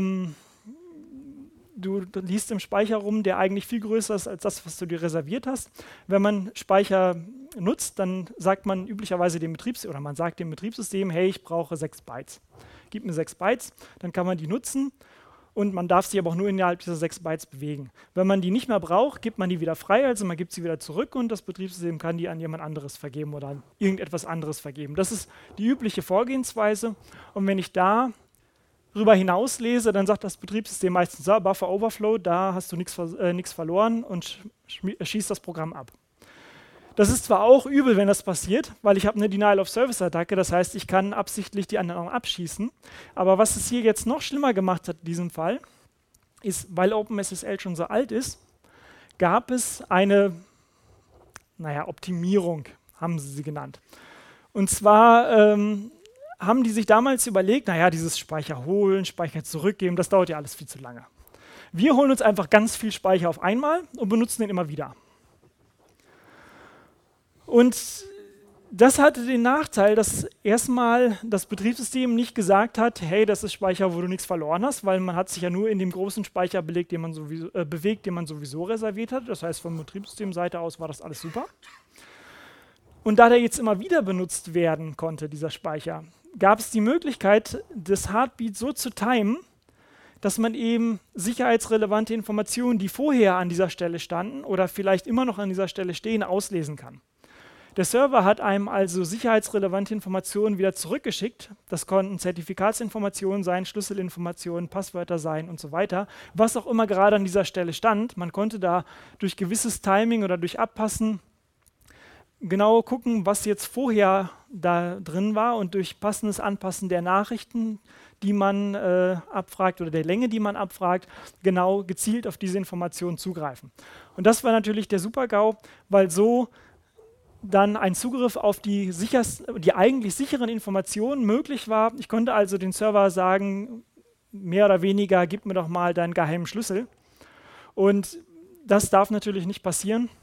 du liest im Speicher rum, der eigentlich viel größer ist als das, was du dir reserviert hast. Wenn man Speicher nutzt, dann sagt man üblicherweise dem Betriebssystem, hey, ich brauche 6 Bytes. Gib mir 6 Bytes, dann kann man die nutzen und man darf sie aber auch nur innerhalb dieser 6 Bytes bewegen. Wenn man die nicht mehr braucht, gibt man die wieder frei, also man gibt sie wieder zurück und das Betriebssystem kann die an jemand anderes vergeben oder an irgendetwas anderes vergeben. Das ist die übliche Vorgehensweise und wenn ich darüber hinaus lese, dann sagt das Betriebssystem meistens, Buffer Overflow, da hast du nichts verloren und schießt das Programm ab. Das ist zwar auch übel, wenn das passiert, weil ich habe eine Denial-of-Service-Attacke, das heißt, ich kann absichtlich die anderen abschießen. Aber was es hier jetzt noch schlimmer gemacht hat in diesem Fall, ist, weil OpenSSL schon so alt ist, gab es eine, Optimierung, haben sie genannt. Und zwar haben die sich damals überlegt, dieses Speicher holen, Speicher zurückgeben, das dauert ja alles viel zu lange. Wir holen uns einfach ganz viel Speicher auf einmal und benutzen den immer wieder. Und das hatte den Nachteil, dass erstmal das Betriebssystem nicht gesagt hat, hey, das ist Speicher, wo du nichts verloren hast, weil man hat sich ja nur in dem großen Speicher bewegt, den man sowieso reserviert hat. Das heißt, von Betriebssystemseite aus war das alles super. Und da der jetzt immer wieder benutzt werden konnte, dieser Speicher, gab es die Möglichkeit, das Heartbeat so zu timen, dass man eben sicherheitsrelevante Informationen, die vorher an dieser Stelle standen oder vielleicht immer noch an dieser Stelle stehen, auslesen kann. Der Server hat einem also sicherheitsrelevante Informationen wieder zurückgeschickt. Das konnten Zertifikatsinformationen sein, Schlüsselinformationen, Passwörter sein und so weiter. Was auch immer gerade an dieser Stelle stand. Man konnte da durch gewisses Timing oder durch Abpassen genau gucken, was jetzt vorher da drin war und durch passendes Anpassen der Nachrichten, die man abfragt oder der Länge, die man abfragt, genau gezielt auf diese Informationen zugreifen. Und das war natürlich der Super-GAU, weil so dann ein Zugriff auf die eigentlich sicheren Informationen möglich war. Ich konnte also den Server sagen, mehr oder weniger, gib mir doch mal deinen geheimen Schlüssel. Und das darf natürlich nicht passieren.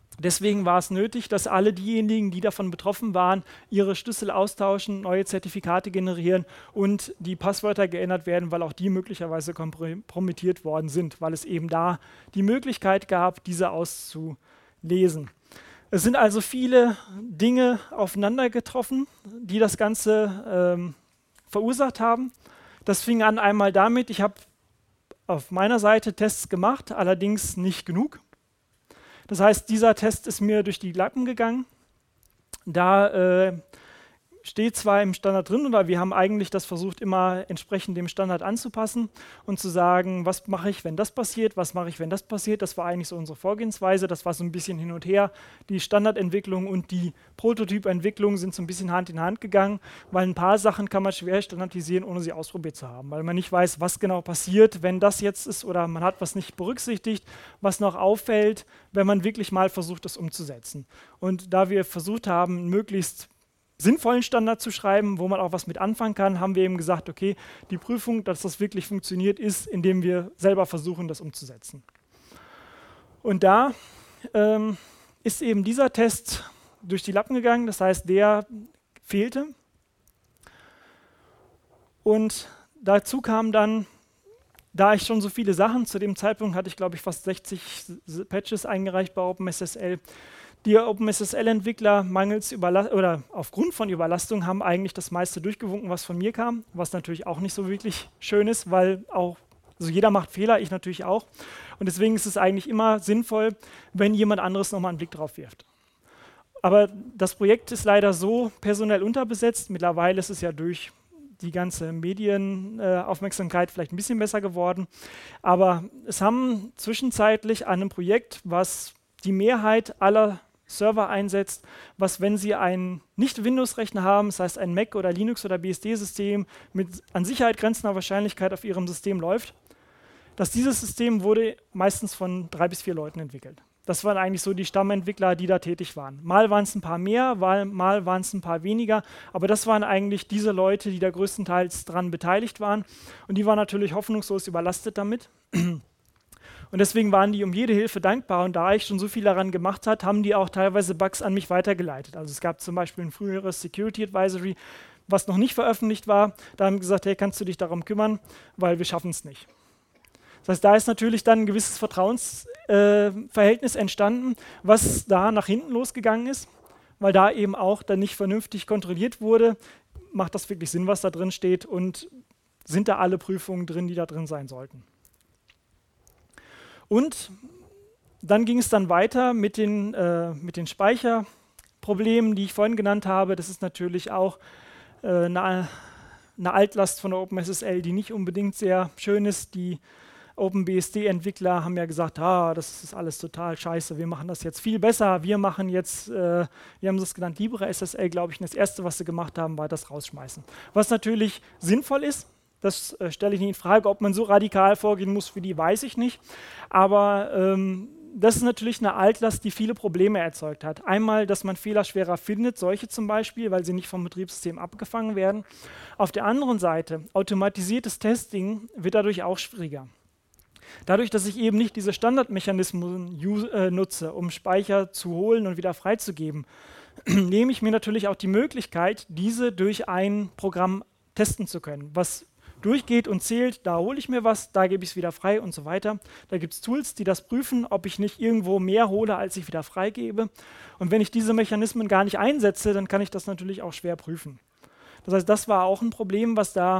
Deswegen war es nötig, dass alle diejenigen, die davon betroffen waren, ihre Schlüssel austauschen, neue Zertifikate generieren und die Passwörter geändert werden, weil auch die möglicherweise kompromittiert worden sind, weil es eben da die Möglichkeit gab, diese auszulesen. Es sind also viele Dinge aufeinander getroffen, die das Ganze verursacht haben. Das fing an einmal damit, ich habe auf meiner Seite Tests gemacht, allerdings nicht genug. Das heißt, dieser Test ist mir durch die Lappen gegangen. Da steht zwar im Standard drin, oder wir haben eigentlich das versucht, immer entsprechend dem Standard anzupassen und zu sagen, was mache ich, wenn das passiert, was mache ich, wenn das passiert. Das war eigentlich so unsere Vorgehensweise. Das war so ein bisschen hin und her. Die Standardentwicklung und die Prototypentwicklung sind so ein bisschen Hand in Hand gegangen, weil ein paar Sachen kann man schwer standardisieren, ohne sie ausprobiert zu haben, weil man nicht weiß, was genau passiert, wenn das jetzt ist, oder man hat was nicht berücksichtigt, was noch auffällt, wenn man wirklich mal versucht, das umzusetzen. Und da wir versucht haben, möglichst sinnvollen Standard zu schreiben, wo man auch was mit anfangen kann, haben wir eben gesagt, okay, die Prüfung, dass das wirklich funktioniert, ist, indem wir selber versuchen, das umzusetzen. Und da ist eben dieser Test durch die Lappen gegangen, das heißt, der fehlte. Und dazu kam dann, da ich schon so viele Sachen, zu dem Zeitpunkt hatte ich, glaube ich, fast 60 Patches eingereicht bei OpenSSL. Die OpenSSL-Entwickler aufgrund von Überlastung haben eigentlich das meiste durchgewunken, was von mir kam, was natürlich auch nicht so wirklich schön ist, weil also jeder macht Fehler, ich natürlich auch. Und deswegen ist es eigentlich immer sinnvoll, wenn jemand anderes nochmal einen Blick drauf wirft. Aber das Projekt ist leider so personell unterbesetzt. Mittlerweile ist es ja durch die ganze Medienaufmerksamkeit vielleicht ein bisschen besser geworden. Aber es haben zwischenzeitlich an einem Projekt, was die Mehrheit aller Server einsetzt, was, wenn Sie einen Nicht-Windows-Rechner haben, das heißt ein Mac oder Linux oder BSD-System mit an Sicherheit grenzender Wahrscheinlichkeit auf Ihrem System läuft, dass dieses System wurde meistens von 3 bis 4 Leuten entwickelt. Das waren eigentlich so die Stammentwickler, die da tätig waren. Mal waren es ein paar mehr, mal waren es ein paar weniger, aber das waren eigentlich diese Leute, die da größtenteils dran beteiligt waren. Und die waren natürlich hoffnungslos überlastet damit. Und deswegen waren die um jede Hilfe dankbar. Und da ich schon so viel daran gemacht habe, haben die auch teilweise Bugs an mich weitergeleitet. Also es gab zum Beispiel ein früheres Security Advisory, was noch nicht veröffentlicht war. Da haben wir gesagt, hey, kannst du dich darum kümmern, weil wir schaffen es nicht. Das heißt, da ist natürlich dann ein gewisses Vertrauensverhältnis entstanden, was da nach hinten losgegangen ist, weil da eben auch dann nicht vernünftig kontrolliert wurde. Macht das wirklich Sinn, was da drin steht, und sind da alle Prüfungen drin, die da drin sein sollten? Und dann ging es dann weiter mit den Speicherproblemen, die ich vorhin genannt habe. Das ist natürlich auch eine Altlast von der OpenSSL, die nicht unbedingt sehr schön ist. Die OpenBSD-Entwickler haben ja gesagt, das ist alles total scheiße, wir machen das jetzt viel besser. Wir machen jetzt, wir haben das genannt, LibreSSL, glaube ich. Und das Erste, was sie gemacht haben, war das rausschmeißen. Was natürlich sinnvoll ist. Das stelle ich nicht in Frage. Ob man so radikal vorgehen muss, für die weiß ich nicht. Aber das ist natürlich eine Altlast, die viele Probleme erzeugt hat. Einmal, dass man Fehler schwerer findet, solche zum Beispiel, weil sie nicht vom Betriebssystem abgefangen werden. Auf der anderen Seite, automatisiertes Testing wird dadurch auch schwieriger. Dadurch, dass ich eben nicht diese Standardmechanismen nutze, um Speicher zu holen und wieder freizugeben, nehme ich mir natürlich auch die Möglichkeit, diese durch ein Programm testen zu können, was durchgeht und zählt, da hole ich mir was, da gebe ich es wieder frei und so weiter. Da gibt es Tools, die das prüfen, ob ich nicht irgendwo mehr hole, als ich wieder freigebe. Und wenn ich diese Mechanismen gar nicht einsetze, dann kann ich das natürlich auch schwer prüfen. Das heißt, das war auch ein Problem, was da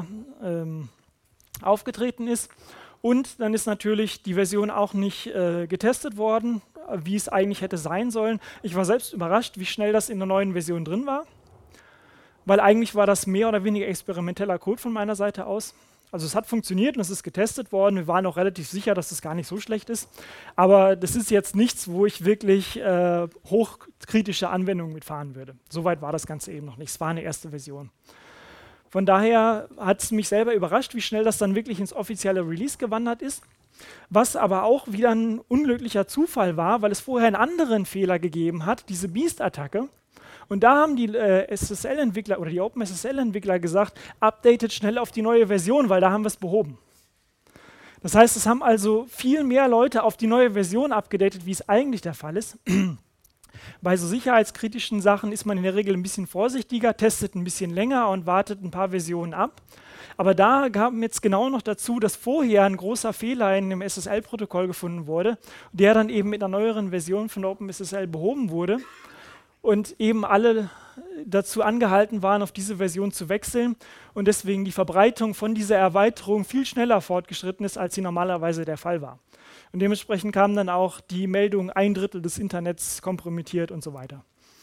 aufgetreten ist. Und dann ist natürlich die Version auch nicht getestet worden, wie es eigentlich hätte sein sollen. Ich war selbst überrascht, wie schnell das in der neuen Version drin war. Weil eigentlich war das mehr oder weniger experimenteller Code von meiner Seite aus. Also es hat funktioniert und es ist getestet worden. Wir waren auch relativ sicher, dass es gar nicht so schlecht ist. Aber das ist jetzt nichts, wo ich wirklich hochkritische Anwendungen mitfahren würde. Soweit war das Ganze eben noch nicht. Es war eine erste Version. Von daher hat es mich selber überrascht, wie schnell das dann wirklich ins offizielle Release gewandert ist. Was aber auch wieder ein unglücklicher Zufall war, weil es vorher einen anderen Fehler gegeben hat, diese Beast-Attacke. Und da haben die SSL-Entwickler oder die OpenSSL-Entwickler gesagt, updatet schnell auf die neue Version, weil da haben wir es behoben. Das heißt, es haben also viel mehr Leute auf die neue Version abgedatet, wie es eigentlich der Fall ist. Bei so sicherheitskritischen Sachen ist man in der Regel ein bisschen vorsichtiger, testet ein bisschen länger und wartet ein paar Versionen ab. Aber da kam jetzt genau noch dazu, dass vorher ein großer Fehler in dem SSL-Protokoll gefunden wurde, der dann eben mit einer neueren Version von OpenSSL behoben wurde und eben alle dazu angehalten waren, auf diese Version zu wechseln und deswegen die Verbreitung von dieser Erweiterung viel schneller fortgeschritten ist, als sie normalerweise der Fall war. Und dementsprechend kam dann auch die Meldung, 1/3 des Internets kompromittiert und so weiter.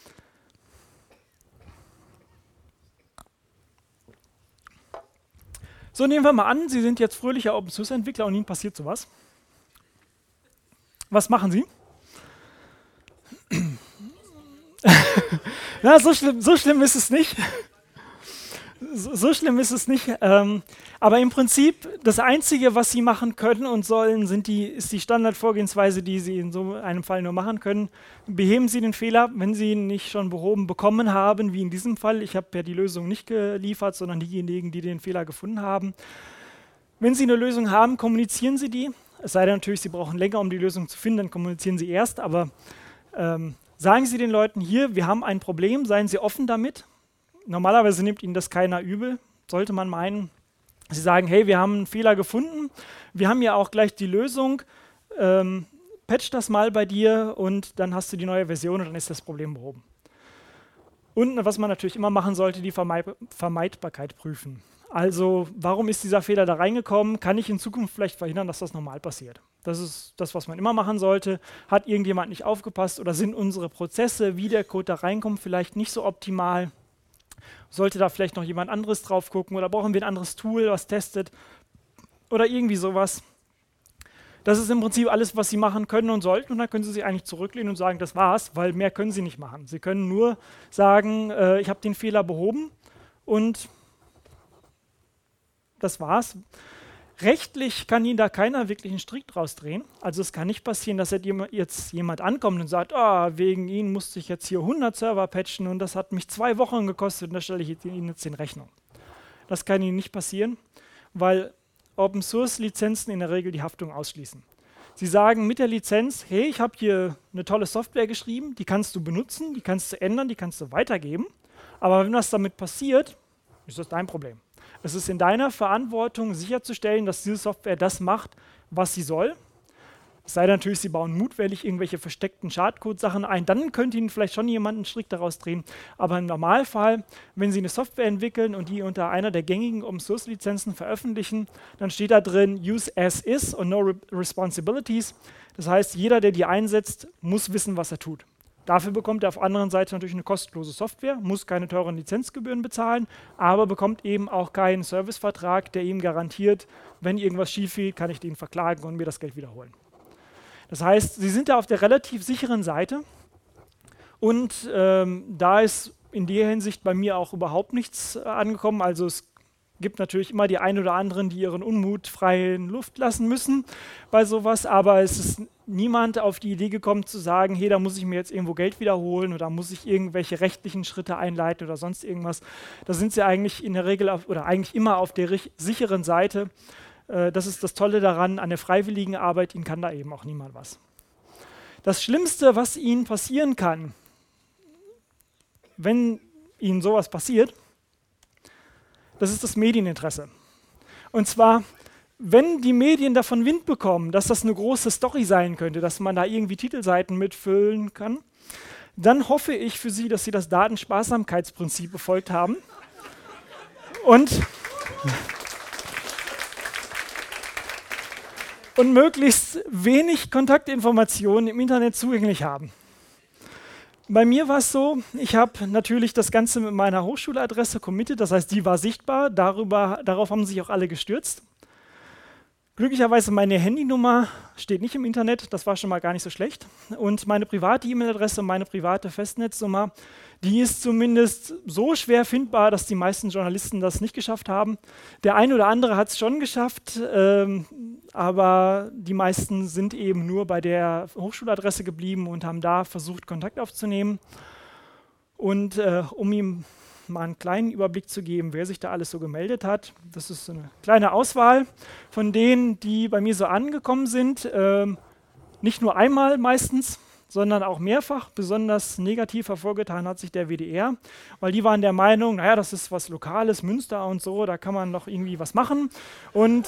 So, nehmen wir mal an, Sie sind jetzt fröhlicher Open-Source-Entwickler und Ihnen passiert sowas. Was machen Sie? Na, so schlimm ist es nicht. So schlimm ist es nicht. Aber im Prinzip, das Einzige, was Sie machen können und sollen, ist die Standardvorgehensweise, die Sie in so einem Fall nur machen können. Beheben Sie den Fehler, wenn Sie ihn nicht schon behoben bekommen haben, wie in diesem Fall. Ich habe ja die Lösung nicht geliefert, sondern diejenigen, die den Fehler gefunden haben. Wenn Sie eine Lösung haben, kommunizieren Sie die. Es sei denn natürlich, Sie brauchen länger, um die Lösung zu finden, dann kommunizieren Sie erst. Aber sagen Sie den Leuten hier, wir haben ein Problem, seien Sie offen damit. Normalerweise nimmt Ihnen das keiner übel, sollte man meinen. Sie sagen, hey, wir haben einen Fehler gefunden, wir haben ja auch gleich die Lösung, patch das mal bei dir und dann hast du die neue Version und dann ist das Problem behoben. Und was man natürlich immer machen sollte, die Vermeidbarkeit prüfen. Also, warum ist dieser Fehler da reingekommen? Kann ich in Zukunft vielleicht verhindern, dass das normal passiert? Das ist das, was man immer machen sollte. Hat irgendjemand nicht aufgepasst oder sind unsere Prozesse, wie der Code da reinkommt, vielleicht nicht so optimal? Sollte da vielleicht noch jemand anderes drauf gucken oder brauchen wir ein anderes Tool, was testet oder irgendwie sowas? Das ist im Prinzip alles, was Sie machen können und sollten und dann können Sie sich eigentlich zurücklehnen und sagen, das war's, weil mehr können Sie nicht machen. Sie können nur sagen, ich habe den Fehler behoben und das war's. Rechtlich kann Ihnen da keiner wirklich einen Strick draus drehen. Also es kann nicht passieren, dass jetzt jemand ankommt und sagt, wegen Ihnen musste ich jetzt hier 100 Server patchen und das hat mich 2 Wochen gekostet und da stelle ich Ihnen jetzt in Rechnung. Das kann Ihnen nicht passieren, weil Open-Source-Lizenzen in der Regel die Haftung ausschließen. Sie sagen mit der Lizenz, hey, ich habe hier eine tolle Software geschrieben, die kannst du benutzen, die kannst du ändern, die kannst du weitergeben, aber wenn was damit passiert, ist das dein Problem. Es ist in deiner Verantwortung, sicherzustellen, dass diese Software das macht, was sie soll. Es sei denn natürlich, Sie bauen mutwillig irgendwelche versteckten Schadcode-Sachen ein, dann könnte Ihnen vielleicht schon jemand einen Strick daraus drehen. Aber im Normalfall, wenn Sie eine Software entwickeln und die unter einer der gängigen Open-Source-Lizenzen veröffentlichen, dann steht da drin, use as is und no responsibilities. Das heißt, jeder, der die einsetzt, muss wissen, was er tut. Dafür bekommt er auf der anderen Seite natürlich eine kostenlose Software, muss keine teuren Lizenzgebühren bezahlen, aber bekommt eben auch keinen Servicevertrag, der ihm garantiert, wenn irgendwas schief geht, kann ich den verklagen und mir das Geld wiederholen. Das heißt, Sie sind da auf der relativ sicheren Seite und da ist in der Hinsicht bei mir auch überhaupt nichts angekommen. Also es gibt natürlich immer die einen oder anderen, die ihren Unmut freien Luft lassen müssen bei sowas, aber es ist niemand auf die Idee gekommen zu sagen, hey, da muss ich mir jetzt irgendwo Geld wiederholen oder muss ich irgendwelche rechtlichen Schritte einleiten oder sonst irgendwas. Da sind sie eigentlich in der Regel oder eigentlich immer auf der sicheren Seite. Das ist das Tolle daran, an der freiwilligen Arbeit, Ihnen kann da eben auch niemand was. Das Schlimmste, was Ihnen passieren kann, wenn Ihnen sowas passiert, das ist das Medieninteresse. Und zwar, wenn die Medien davon Wind bekommen, dass das eine große Story sein könnte, dass man da irgendwie Titelseiten mitfüllen kann, dann hoffe ich für Sie, dass Sie das Datensparsamkeitsprinzip befolgt haben und möglichst wenig Kontaktinformationen im Internet zugänglich haben. Bei mir war es so, ich habe natürlich das Ganze mit meiner Hochschuladresse committed, das heißt, die war sichtbar, darauf haben sich auch alle gestürzt. Glücklicherweise meine Handynummer steht nicht im Internet, das war schon mal gar nicht so schlecht. Und meine private E-Mail-Adresse und meine private Festnetznummer, die ist zumindest so schwer findbar, dass die meisten Journalisten das nicht geschafft haben. Der eine oder andere hat es schon geschafft, aber die meisten sind eben nur bei der Hochschuladresse geblieben und haben da versucht, Kontakt aufzunehmen. Und um ihm mal einen kleinen Überblick zu geben, wer sich da alles so gemeldet hat. Das ist eine kleine Auswahl von denen, die bei mir so angekommen sind. Nicht nur einmal meistens, sondern auch mehrfach. Besonders negativ hervorgetan hat sich der WDR, weil die waren der Meinung, naja, das ist was Lokales, Münster und so, da kann man noch irgendwie was machen. Und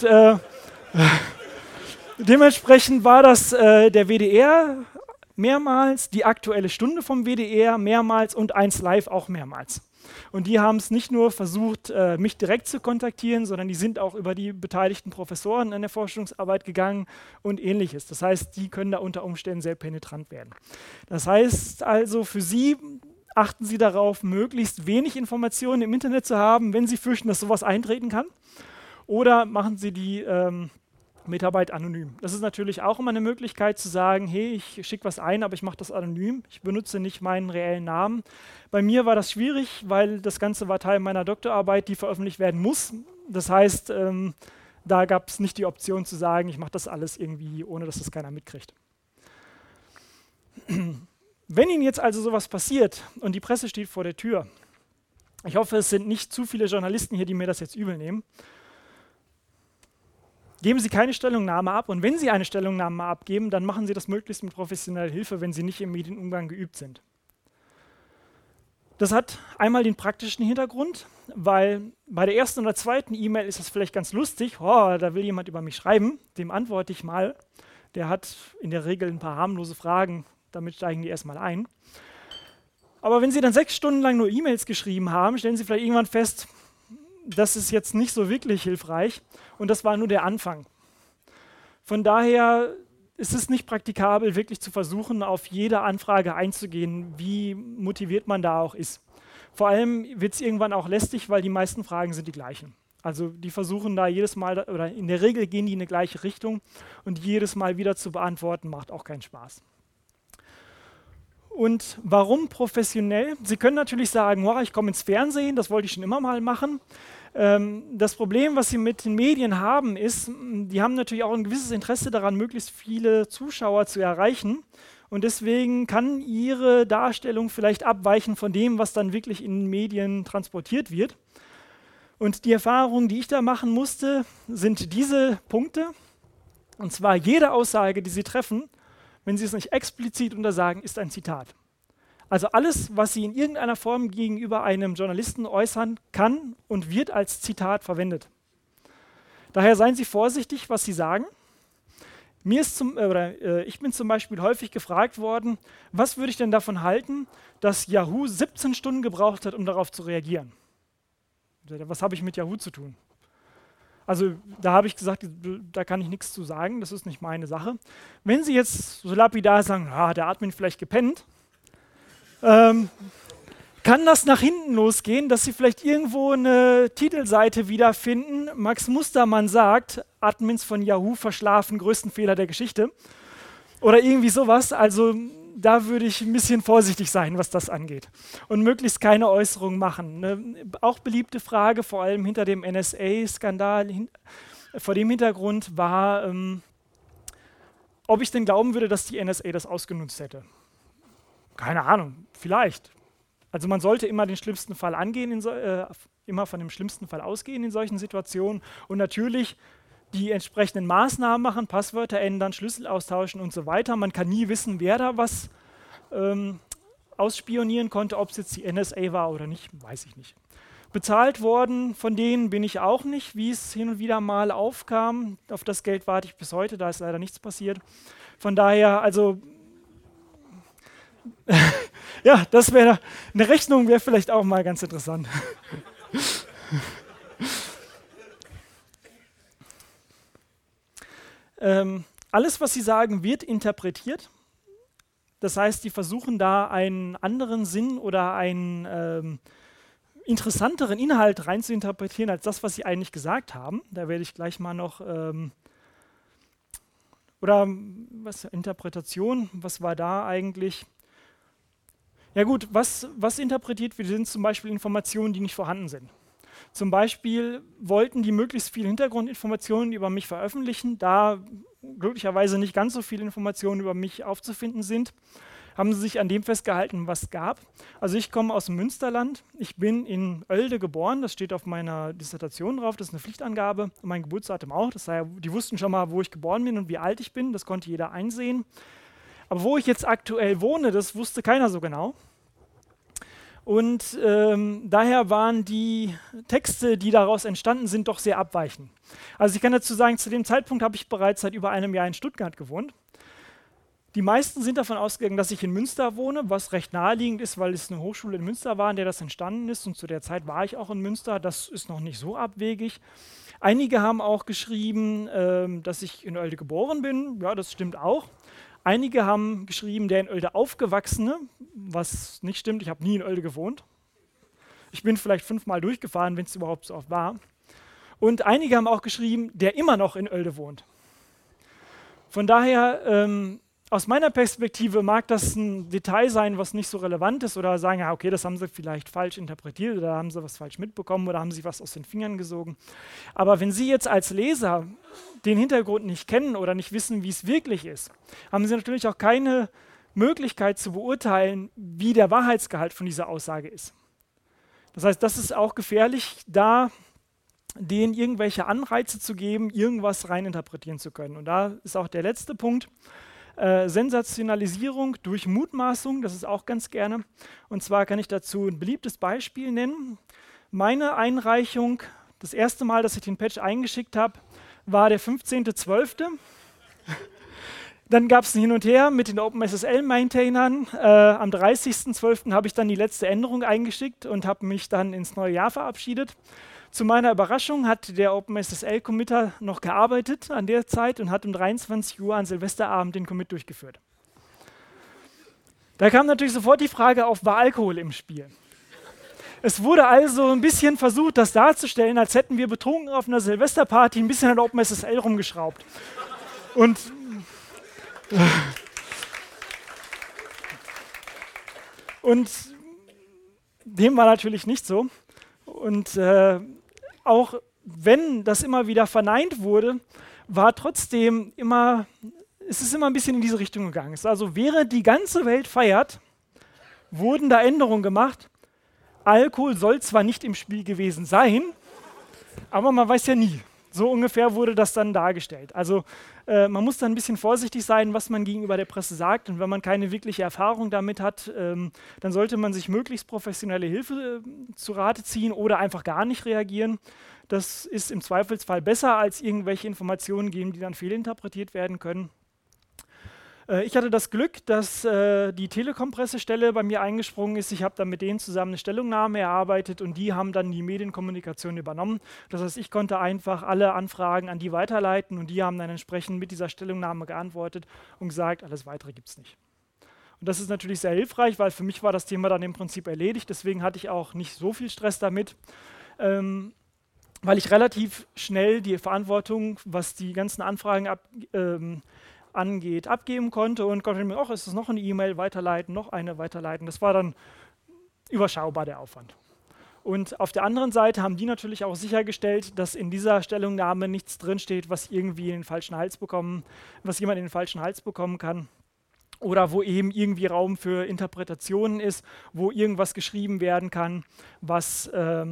dementsprechend war das der WDR mehrmals, die Aktuelle Stunde vom WDR mehrmals und 1 Live auch mehrmals. Und die haben es nicht nur versucht, mich direkt zu kontaktieren, sondern die sind auch über die beteiligten Professoren an der Forschungsarbeit gegangen und ähnliches. Das heißt, die können da unter Umständen sehr penetrant werden. Das heißt also, für Sie achten Sie darauf, möglichst wenig Informationen im Internet zu haben, wenn Sie fürchten, dass sowas eintreten kann. Oder machen Sie die Mitarbeit anonym. Das ist natürlich auch immer eine Möglichkeit zu sagen, hey, ich schicke was ein, aber ich mache das anonym. Ich benutze nicht meinen reellen Namen. Bei mir war das schwierig, weil das Ganze war Teil meiner Doktorarbeit, die veröffentlicht werden muss. Das heißt, da gab es nicht die Option zu sagen, ich mache das alles irgendwie, ohne dass das keiner mitkriegt. Wenn Ihnen jetzt also sowas passiert und die Presse steht vor der Tür, ich hoffe, es sind nicht zu viele Journalisten hier, die mir das jetzt übel nehmen, geben Sie keine Stellungnahme ab und wenn Sie eine Stellungnahme abgeben, dann machen Sie das möglichst mit professioneller Hilfe, wenn Sie nicht im Medienumgang geübt sind. Das hat einmal den praktischen Hintergrund, weil bei der ersten oder zweiten E-Mail ist das vielleicht ganz lustig, oh, da will jemand über mich schreiben, dem antworte ich mal, der hat in der Regel ein paar harmlose Fragen, damit steigen die erstmal ein. Aber wenn Sie dann 6 Stunden lang nur E-Mails geschrieben haben, stellen Sie vielleicht irgendwann fest, das ist jetzt nicht so wirklich hilfreich und das war nur der Anfang. Von daher ist es nicht praktikabel, wirklich zu versuchen, auf jede Anfrage einzugehen, wie motiviert man da auch ist. Vor allem wird es irgendwann auch lästig, weil die meisten Fragen sind die gleichen. Also die versuchen da jedes Mal, oder in der Regel gehen die in eine gleiche Richtung und jedes Mal wieder zu beantworten, macht auch keinen Spaß. Und warum professionell? Sie können natürlich sagen, wow, ich komme ins Fernsehen, das wollte ich schon immer mal machen. Das Problem, was Sie mit den Medien haben, ist, die haben natürlich auch ein gewisses Interesse daran, möglichst viele Zuschauer zu erreichen. Und deswegen kann Ihre Darstellung vielleicht abweichen von dem, was dann wirklich in den Medien transportiert wird. Und die Erfahrungen, die ich da machen musste, sind diese Punkte. Und zwar jede Aussage, die Sie treffen, wenn Sie es nicht explizit untersagen, ist ein Zitat. Also alles, was Sie in irgendeiner Form gegenüber einem Journalisten äußern, kann und wird als Zitat verwendet. Daher seien Sie vorsichtig, was Sie sagen. Ich bin zum Beispiel häufig gefragt worden, was würde ich denn davon halten, dass Yahoo 17 Stunden gebraucht hat, um darauf zu reagieren? Was habe ich mit Yahoo zu tun? Also da habe ich gesagt, da kann ich nichts zu sagen, das ist nicht meine Sache. Wenn Sie jetzt so lapidar sagen, der Admin vielleicht gepennt, kann das nach hinten losgehen, dass Sie vielleicht irgendwo eine Titelseite wiederfinden. Max Mustermann sagt, Admins von Yahoo verschlafen, größten Fehler der Geschichte. Oder irgendwie sowas. Also da würde ich ein bisschen vorsichtig sein, was das angeht. Und möglichst keine Äußerungen machen. Eine auch beliebte Frage, vor allem hinter dem NSA-Skandal, vor dem Hintergrund war, ob ich denn glauben würde, dass die NSA das ausgenutzt hätte. Keine Ahnung, vielleicht. Also man sollte immer den schlimmsten Fall angehen, immer von dem schlimmsten Fall ausgehen in solchen Situationen und natürlich die entsprechenden Maßnahmen machen, Passwörter ändern, Schlüssel austauschen und so weiter. Man kann nie wissen, wer da was ausspionieren konnte, ob es jetzt die NSA war oder nicht, weiß ich nicht. Bezahlt worden von denen bin ich auch nicht, wie es hin und wieder mal aufkam. Auf das Geld warte ich bis heute, da ist leider nichts passiert. Von daher, also ja, das wäre eine Rechnung, wäre vielleicht auch mal ganz interessant. Alles, was Sie sagen, wird interpretiert. Das heißt, die versuchen da einen anderen Sinn oder einen interessanteren Inhalt rein zu interpretieren, als das, was Sie eigentlich gesagt haben. Da werde ich gleich mal noch Interpretation, was war da eigentlich? Ja gut, was interpretiert wird, sind zum Beispiel Informationen, die nicht vorhanden sind. Zum Beispiel wollten die möglichst viele Hintergrundinformationen über mich veröffentlichen, da glücklicherweise nicht ganz so viele Informationen über mich aufzufinden sind, haben sie sich an dem festgehalten, was es gab. Also ich komme aus dem Münsterland, ich bin in Oelde geboren, das steht auf meiner Dissertation drauf, das ist eine Pflichtangabe, und mein Geburtsdatum auch, das heißt, die wussten schon mal, wo ich geboren bin und wie alt ich bin, das konnte jeder einsehen. Aber wo ich jetzt aktuell wohne, das wusste keiner so genau. Und daher waren die Texte, die daraus entstanden sind, doch sehr abweichend. Also ich kann dazu sagen, zu dem Zeitpunkt habe ich bereits seit über einem Jahr in Stuttgart gewohnt. Die meisten sind davon ausgegangen, dass ich in Münster wohne, was recht naheliegend ist, weil es eine Hochschule in Münster war, in der das entstanden ist. Und zu der Zeit war ich auch in Münster. Das ist noch nicht so abwegig. Einige haben auch geschrieben, dass ich in Oelde geboren bin. Ja, das stimmt auch. Einige haben geschrieben, der in Oelde Aufgewachsene, was nicht stimmt. Ich habe nie in Oelde gewohnt. Ich bin vielleicht 5-mal durchgefahren, wenn es überhaupt so oft war. Und einige haben auch geschrieben, der immer noch in Oelde wohnt. Von daher, aus meiner Perspektive mag das ein Detail sein, was nicht so relevant ist, oder sagen, ja, okay, das haben sie vielleicht falsch interpretiert oder haben sie was falsch mitbekommen oder haben sie was aus den Fingern gesogen. Aber wenn Sie jetzt als Leser den Hintergrund nicht kennen oder nicht wissen, wie es wirklich ist, haben Sie natürlich auch keine Möglichkeit zu beurteilen, wie der Wahrheitsgehalt von dieser Aussage ist. Das heißt, das ist auch gefährlich, da denen irgendwelche Anreize zu geben, irgendwas reininterpretieren zu können. Und da ist auch der letzte Punkt. Sensationalisierung durch Mutmaßung, das ist auch ganz gerne. Und zwar kann ich dazu ein beliebtes Beispiel nennen. Meine Einreichung, das erste Mal, dass ich den Patch eingeschickt habe, war der 15.12. Dann gab es ein Hin und Her mit den OpenSSL-Maintainern. Am 30.12. habe ich dann die letzte Änderung eingeschickt und habe mich dann ins neue Jahr verabschiedet. Zu meiner Überraschung hat der OpenSSL-Committer noch gearbeitet an der Zeit und hat um 23 Uhr an Silvesterabend den Commit durchgeführt. Da kam natürlich sofort die Frage auf, war Alkohol im Spiel? Es wurde also ein bisschen versucht, das darzustellen, als hätten wir betrunken auf einer Silvesterparty ein bisschen an OpenSSL rumgeschraubt. Und dem war natürlich nicht so. Und auch wenn das immer wieder verneint wurde, war trotzdem es ist immer ein bisschen in diese Richtung gegangen. Es ist also, während die ganze Welt feiert, wurden da Änderungen gemacht. Alkohol soll zwar nicht im Spiel gewesen sein, aber man weiß ja nie. So ungefähr wurde das dann dargestellt. Also man muss dann ein bisschen vorsichtig sein, was man gegenüber der Presse sagt. Und wenn man keine wirkliche Erfahrung damit hat, dann sollte man sich möglichst professionelle Hilfe zu Rate ziehen oder einfach gar nicht reagieren. Das ist im Zweifelsfall besser, als irgendwelche Informationen geben, die dann fehlinterpretiert werden können. Ich hatte das Glück, dass die Telekom-Pressestelle bei mir eingesprungen ist. Ich habe dann mit denen zusammen eine Stellungnahme erarbeitet und die haben dann die Medienkommunikation übernommen. Das heißt, ich konnte einfach alle Anfragen an die weiterleiten und die haben dann entsprechend mit dieser Stellungnahme geantwortet und gesagt, alles Weitere gibt es nicht. Und das ist natürlich sehr hilfreich, weil für mich war das Thema dann im Prinzip erledigt. Deswegen hatte ich auch nicht so viel Stress damit, weil ich relativ schnell die Verantwortung, was die ganzen Anfragen angeht, abgeben konnte und konnte mir auch, ist es noch eine E-Mail weiterleiten, noch eine weiterleiten. Das war dann überschaubar, der Aufwand. Und auf der anderen Seite haben die natürlich auch sichergestellt, dass in dieser Stellungnahme nichts drinsteht, was irgendwie in den falschen Hals bekommen, was jemand in den falschen Hals bekommen kann. Oder wo eben irgendwie Raum für Interpretationen ist, wo irgendwas geschrieben werden kann, was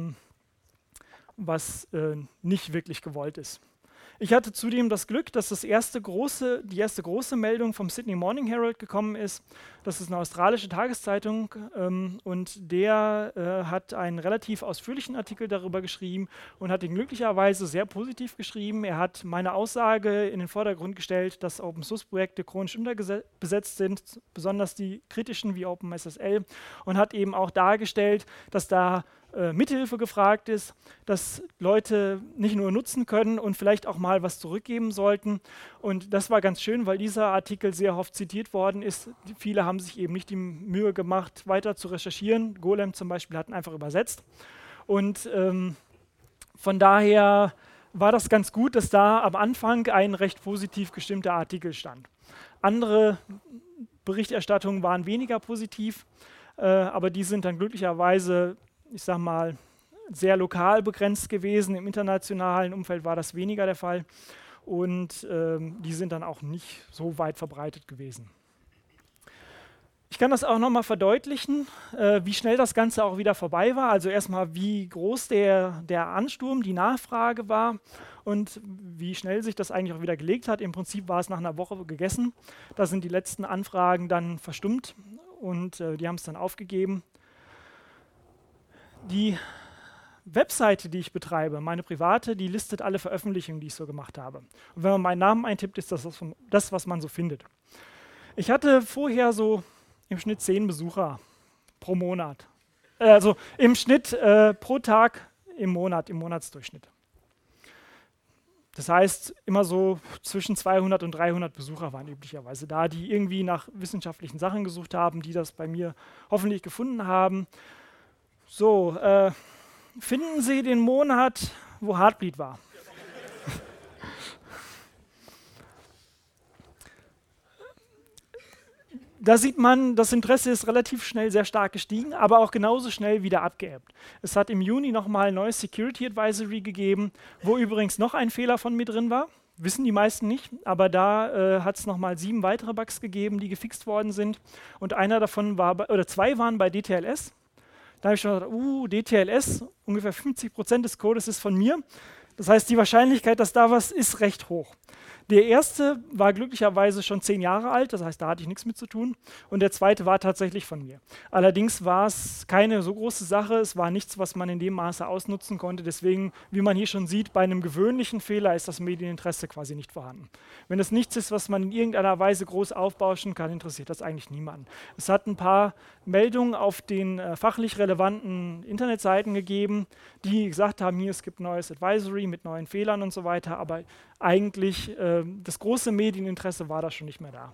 nicht wirklich gewollt ist. Ich hatte zudem das Glück, dass die erste große Meldung vom Sydney Morning Herald gekommen ist. Das ist eine australische Tageszeitung und der hat einen relativ ausführlichen Artikel darüber geschrieben und hat ihn glücklicherweise sehr positiv geschrieben. Er hat meine Aussage in den Vordergrund gestellt, dass Open-Source-Projekte chronisch unterbesetzt sind, besonders die kritischen wie OpenSSL, und hat eben auch dargestellt, dass da Mithilfe gefragt ist, dass Leute nicht nur nutzen können und vielleicht auch mal was zurückgeben sollten. Und das war ganz schön, weil dieser Artikel sehr oft zitiert worden ist. Viele haben sich eben nicht die Mühe gemacht, weiter zu recherchieren. Golem zum Beispiel hat ihn einfach übersetzt. Und von daher war das ganz gut, dass da am Anfang ein recht positiv gestimmter Artikel stand. Andere Berichterstattungen waren weniger positiv, aber die sind dann glücklicherweise, ich sag mal, sehr lokal begrenzt gewesen. Im internationalen Umfeld war das weniger der Fall und die sind dann auch nicht so weit verbreitet gewesen. Ich kann das auch nochmal verdeutlichen, wie schnell das Ganze auch wieder vorbei war. Also erstmal, wie groß der Ansturm, die Nachfrage war und wie schnell sich das eigentlich auch wieder gelegt hat. Im Prinzip war es nach einer Woche gegessen. Da sind die letzten Anfragen dann verstummt und die haben es dann aufgegeben. Die Webseite, die ich betreibe, meine private, die listet alle Veröffentlichungen, die ich so gemacht habe. Und wenn man meinen Namen eintippt, ist das das, was man so findet. Ich hatte vorher so im Schnitt 10 Besucher pro Monat. Also im Schnitt pro Tag im Monat, im Monatsdurchschnitt. Das heißt, immer so zwischen 200 und 300 Besucher waren üblicherweise da, die irgendwie nach wissenschaftlichen Sachen gesucht haben, die das bei mir hoffentlich gefunden haben. So, finden Sie den Monat, wo Heartbleed war? Da sieht man, das Interesse ist relativ schnell sehr stark gestiegen, aber auch genauso schnell wieder abgeebbt. Es hat im Juni nochmal ein neues Security Advisory gegeben, wo übrigens noch ein Fehler von mir drin war. Wissen die meisten nicht, aber da hat es nochmal 7 weitere Bugs gegeben, die gefixt worden sind. Und einer davon war, oder 2 waren bei DTLS. Da habe ich schon gedacht, DTLS, ungefähr 50% des Codes ist von mir. Das heißt, die Wahrscheinlichkeit, dass da was ist, recht hoch. Der erste war glücklicherweise schon 10 Jahre alt, das heißt, da hatte ich nichts mit zu tun. Und der zweite war tatsächlich von mir. Allerdings war es keine so große Sache, es war nichts, was man in dem Maße ausnutzen konnte. Deswegen, wie man hier schon sieht, bei einem gewöhnlichen Fehler ist das Medieninteresse quasi nicht vorhanden. Wenn es nichts ist, was man in irgendeiner Weise groß aufbauschen kann, interessiert das eigentlich niemanden. Es hat ein paar Meldungen auf den fachlich relevanten Internetseiten gegeben, die gesagt haben, hier, es gibt ein neues Advisory mit neuen Fehlern und so weiter, aber eigentlich das große Medieninteresse war da schon nicht mehr da.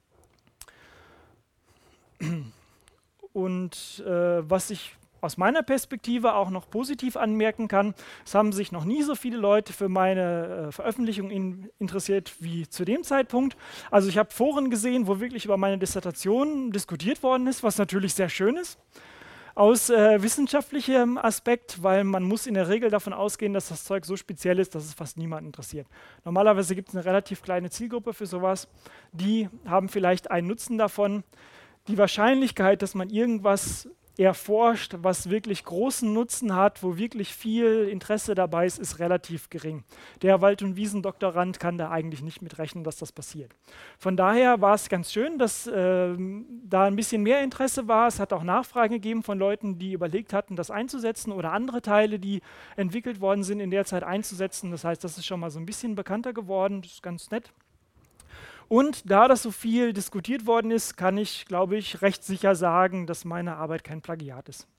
Und was ich aus meiner Perspektive auch noch positiv anmerken kann, es haben sich noch nie so viele Leute für meine Veröffentlichung interessiert wie zu dem Zeitpunkt. Also ich habe Foren gesehen, wo wirklich über meine Dissertation diskutiert worden ist, was natürlich sehr schön ist. Aus wissenschaftlichem Aspekt, weil man muss in der Regel davon ausgehen, dass das Zeug so speziell ist, dass es fast niemanden interessiert. Normalerweise gibt es eine relativ kleine Zielgruppe für sowas, die haben vielleicht einen Nutzen davon. Die Wahrscheinlichkeit, dass man irgendwas erforscht, was wirklich großen Nutzen hat, wo wirklich viel Interesse dabei ist, ist relativ gering. Der Wald- und Wiesendoktorand kann da eigentlich nicht mit rechnen, dass das passiert. Von daher war es ganz schön, dass da ein bisschen mehr Interesse war. Es hat auch Nachfragen gegeben von Leuten, die überlegt hatten, das einzusetzen oder andere Teile, die entwickelt worden sind, in der Zeit einzusetzen. Das heißt, das ist schon mal so ein bisschen bekannter geworden. Das ist ganz nett. Und da das so viel diskutiert worden ist, kann ich, glaube ich, recht sicher sagen, dass meine Arbeit kein Plagiat ist.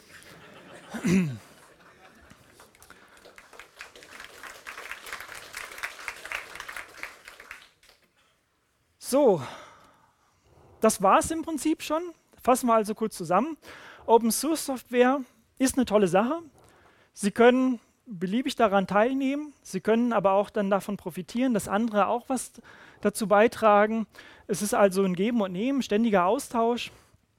So, das war es im Prinzip schon. Fassen wir also kurz zusammen. Open Source Software ist eine tolle Sache. Sie können beliebig daran teilnehmen. Sie können aber auch dann davon profitieren, dass andere auch was dazu beitragen. Es ist also ein Geben und Nehmen, ständiger Austausch.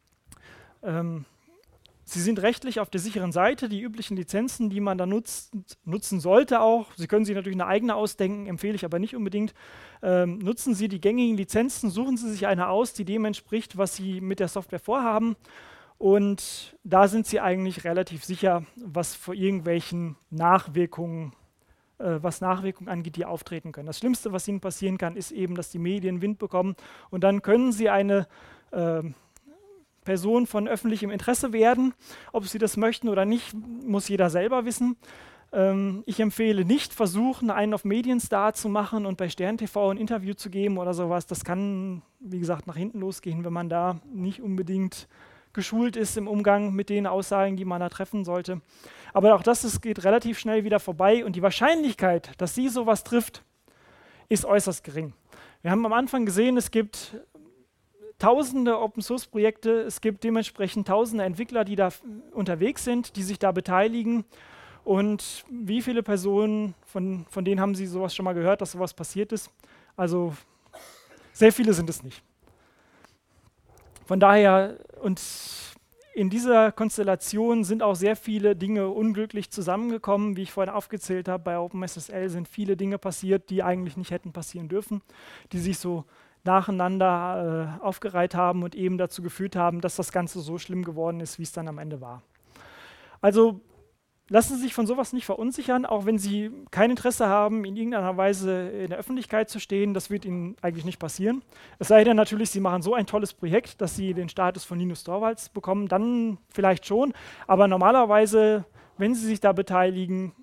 Sie sind rechtlich auf der sicheren Seite. Die üblichen Lizenzen, die man da nutzen sollte auch. Sie können sich natürlich eine eigene ausdenken, empfehle ich aber nicht unbedingt. Nutzen Sie die gängigen Lizenzen, suchen Sie sich eine aus, die dem entspricht, was Sie mit der Software vorhaben. Und da sind Sie eigentlich relativ sicher, was vor irgendwelchen Nachwirkungen angeht, die auftreten können. Das Schlimmste, was Ihnen passieren kann, ist eben, dass die Medien Wind bekommen und dann können Sie eine Person von öffentlichem Interesse werden. Ob Sie das möchten oder nicht, muss jeder selber wissen. Ich empfehle nicht, versuchen, einen auf Medienstar zu machen und bei Stern TV ein Interview zu geben oder sowas. Das kann, wie gesagt, nach hinten losgehen, wenn man da nicht unbedingt geschult ist im Umgang mit den Aussagen, die man da treffen sollte. Aber auch das geht relativ schnell wieder vorbei und die Wahrscheinlichkeit, dass Sie sowas trifft, ist äußerst gering. Wir haben am Anfang gesehen, es gibt tausende Open-Source-Projekte, es gibt dementsprechend tausende Entwickler, die da unterwegs sind, die sich da beteiligen. Und wie viele Personen, von denen haben Sie sowas schon mal gehört, dass sowas passiert ist? Also sehr viele sind es nicht. Von daher, und in dieser Konstellation sind auch sehr viele Dinge unglücklich zusammengekommen. Wie ich vorhin aufgezählt habe, bei OpenSSL sind viele Dinge passiert, die eigentlich nicht hätten passieren dürfen, die sich so nacheinander aufgereiht haben und eben dazu geführt haben, dass das Ganze so schlimm geworden ist, wie es dann am Ende war. Also lassen Sie sich von sowas nicht verunsichern, auch wenn Sie kein Interesse haben, in irgendeiner Weise in der Öffentlichkeit zu stehen. Das wird Ihnen eigentlich nicht passieren. Es sei denn natürlich, Sie machen so ein tolles Projekt, dass Sie den Status von Linus Torvalds bekommen, dann vielleicht schon. Aber normalerweise, wenn Sie sich da beteiligen,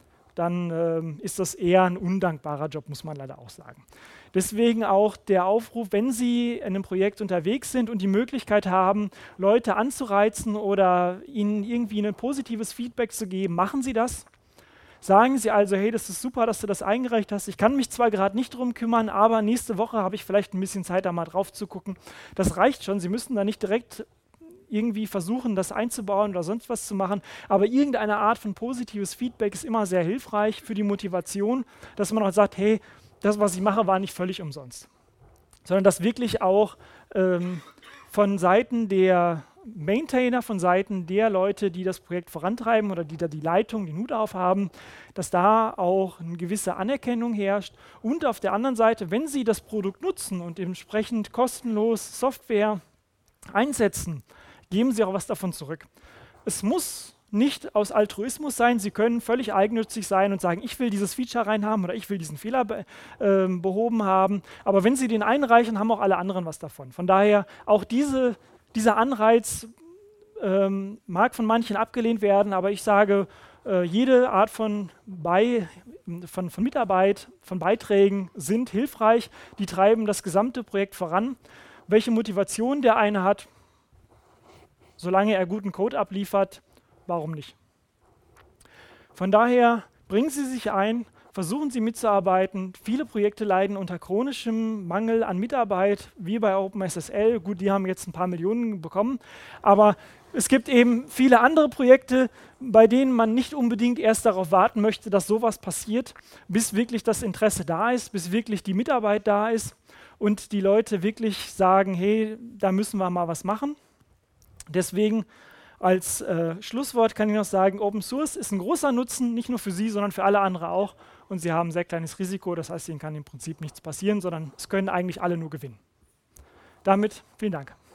dann ist das eher ein undankbarer Job, muss man leider auch sagen. Deswegen auch der Aufruf, wenn Sie in einem Projekt unterwegs sind und die Möglichkeit haben, Leute anzureizen oder ihnen irgendwie ein positives Feedback zu geben, machen Sie das. Sagen Sie also, hey, das ist super, dass du das eingereicht hast. Ich kann mich zwar gerade nicht drum kümmern, aber nächste Woche habe ich vielleicht ein bisschen Zeit, da mal drauf zu gucken. Das reicht schon. Sie müssen da nicht direkt irgendwie versuchen, das einzubauen oder sonst was zu machen. Aber irgendeine Art von positives Feedback ist immer sehr hilfreich für die Motivation, dass man auch sagt, hey, das, was ich mache, war nicht völlig umsonst. Sondern dass wirklich auch von Seiten der Maintainer, von Seiten der Leute, die das Projekt vorantreiben oder die da die Leitung, den Hut aufhaben, dass da auch eine gewisse Anerkennung herrscht. Und auf der anderen Seite, wenn Sie das Produkt nutzen und entsprechend kostenlos Software einsetzen, geben Sie auch was davon zurück. Es muss nicht aus Altruismus sein, Sie können völlig eigennützig sein und sagen, ich will dieses Feature reinhaben oder ich will diesen Fehler behoben haben, aber wenn Sie den einreichen, haben auch alle anderen was davon. Von daher, auch dieser Anreiz mag von manchen abgelehnt werden, aber ich sage, jede Art von Mitarbeit, von Beiträgen sind hilfreich, die treiben das gesamte Projekt voran. Welche Motivation der eine hat, solange er guten Code abliefert, warum nicht? Von daher bringen Sie sich ein, versuchen Sie mitzuarbeiten. Viele Projekte leiden unter chronischem Mangel an Mitarbeit, wie bei OpenSSL. Gut, die haben jetzt ein paar Millionen bekommen, aber es gibt eben viele andere Projekte, bei denen man nicht unbedingt erst darauf warten möchte, dass sowas passiert, bis wirklich das Interesse da ist, bis wirklich die Mitarbeit da ist und die Leute wirklich sagen, hey, da müssen wir mal was machen. Deswegen als Schlusswort kann ich noch sagen, Open Source ist ein großer Nutzen, nicht nur für Sie, sondern für alle anderen auch. Und Sie haben ein sehr kleines Risiko, das heißt, Ihnen kann im Prinzip nichts passieren, sondern es können eigentlich alle nur gewinnen. Damit vielen Dank.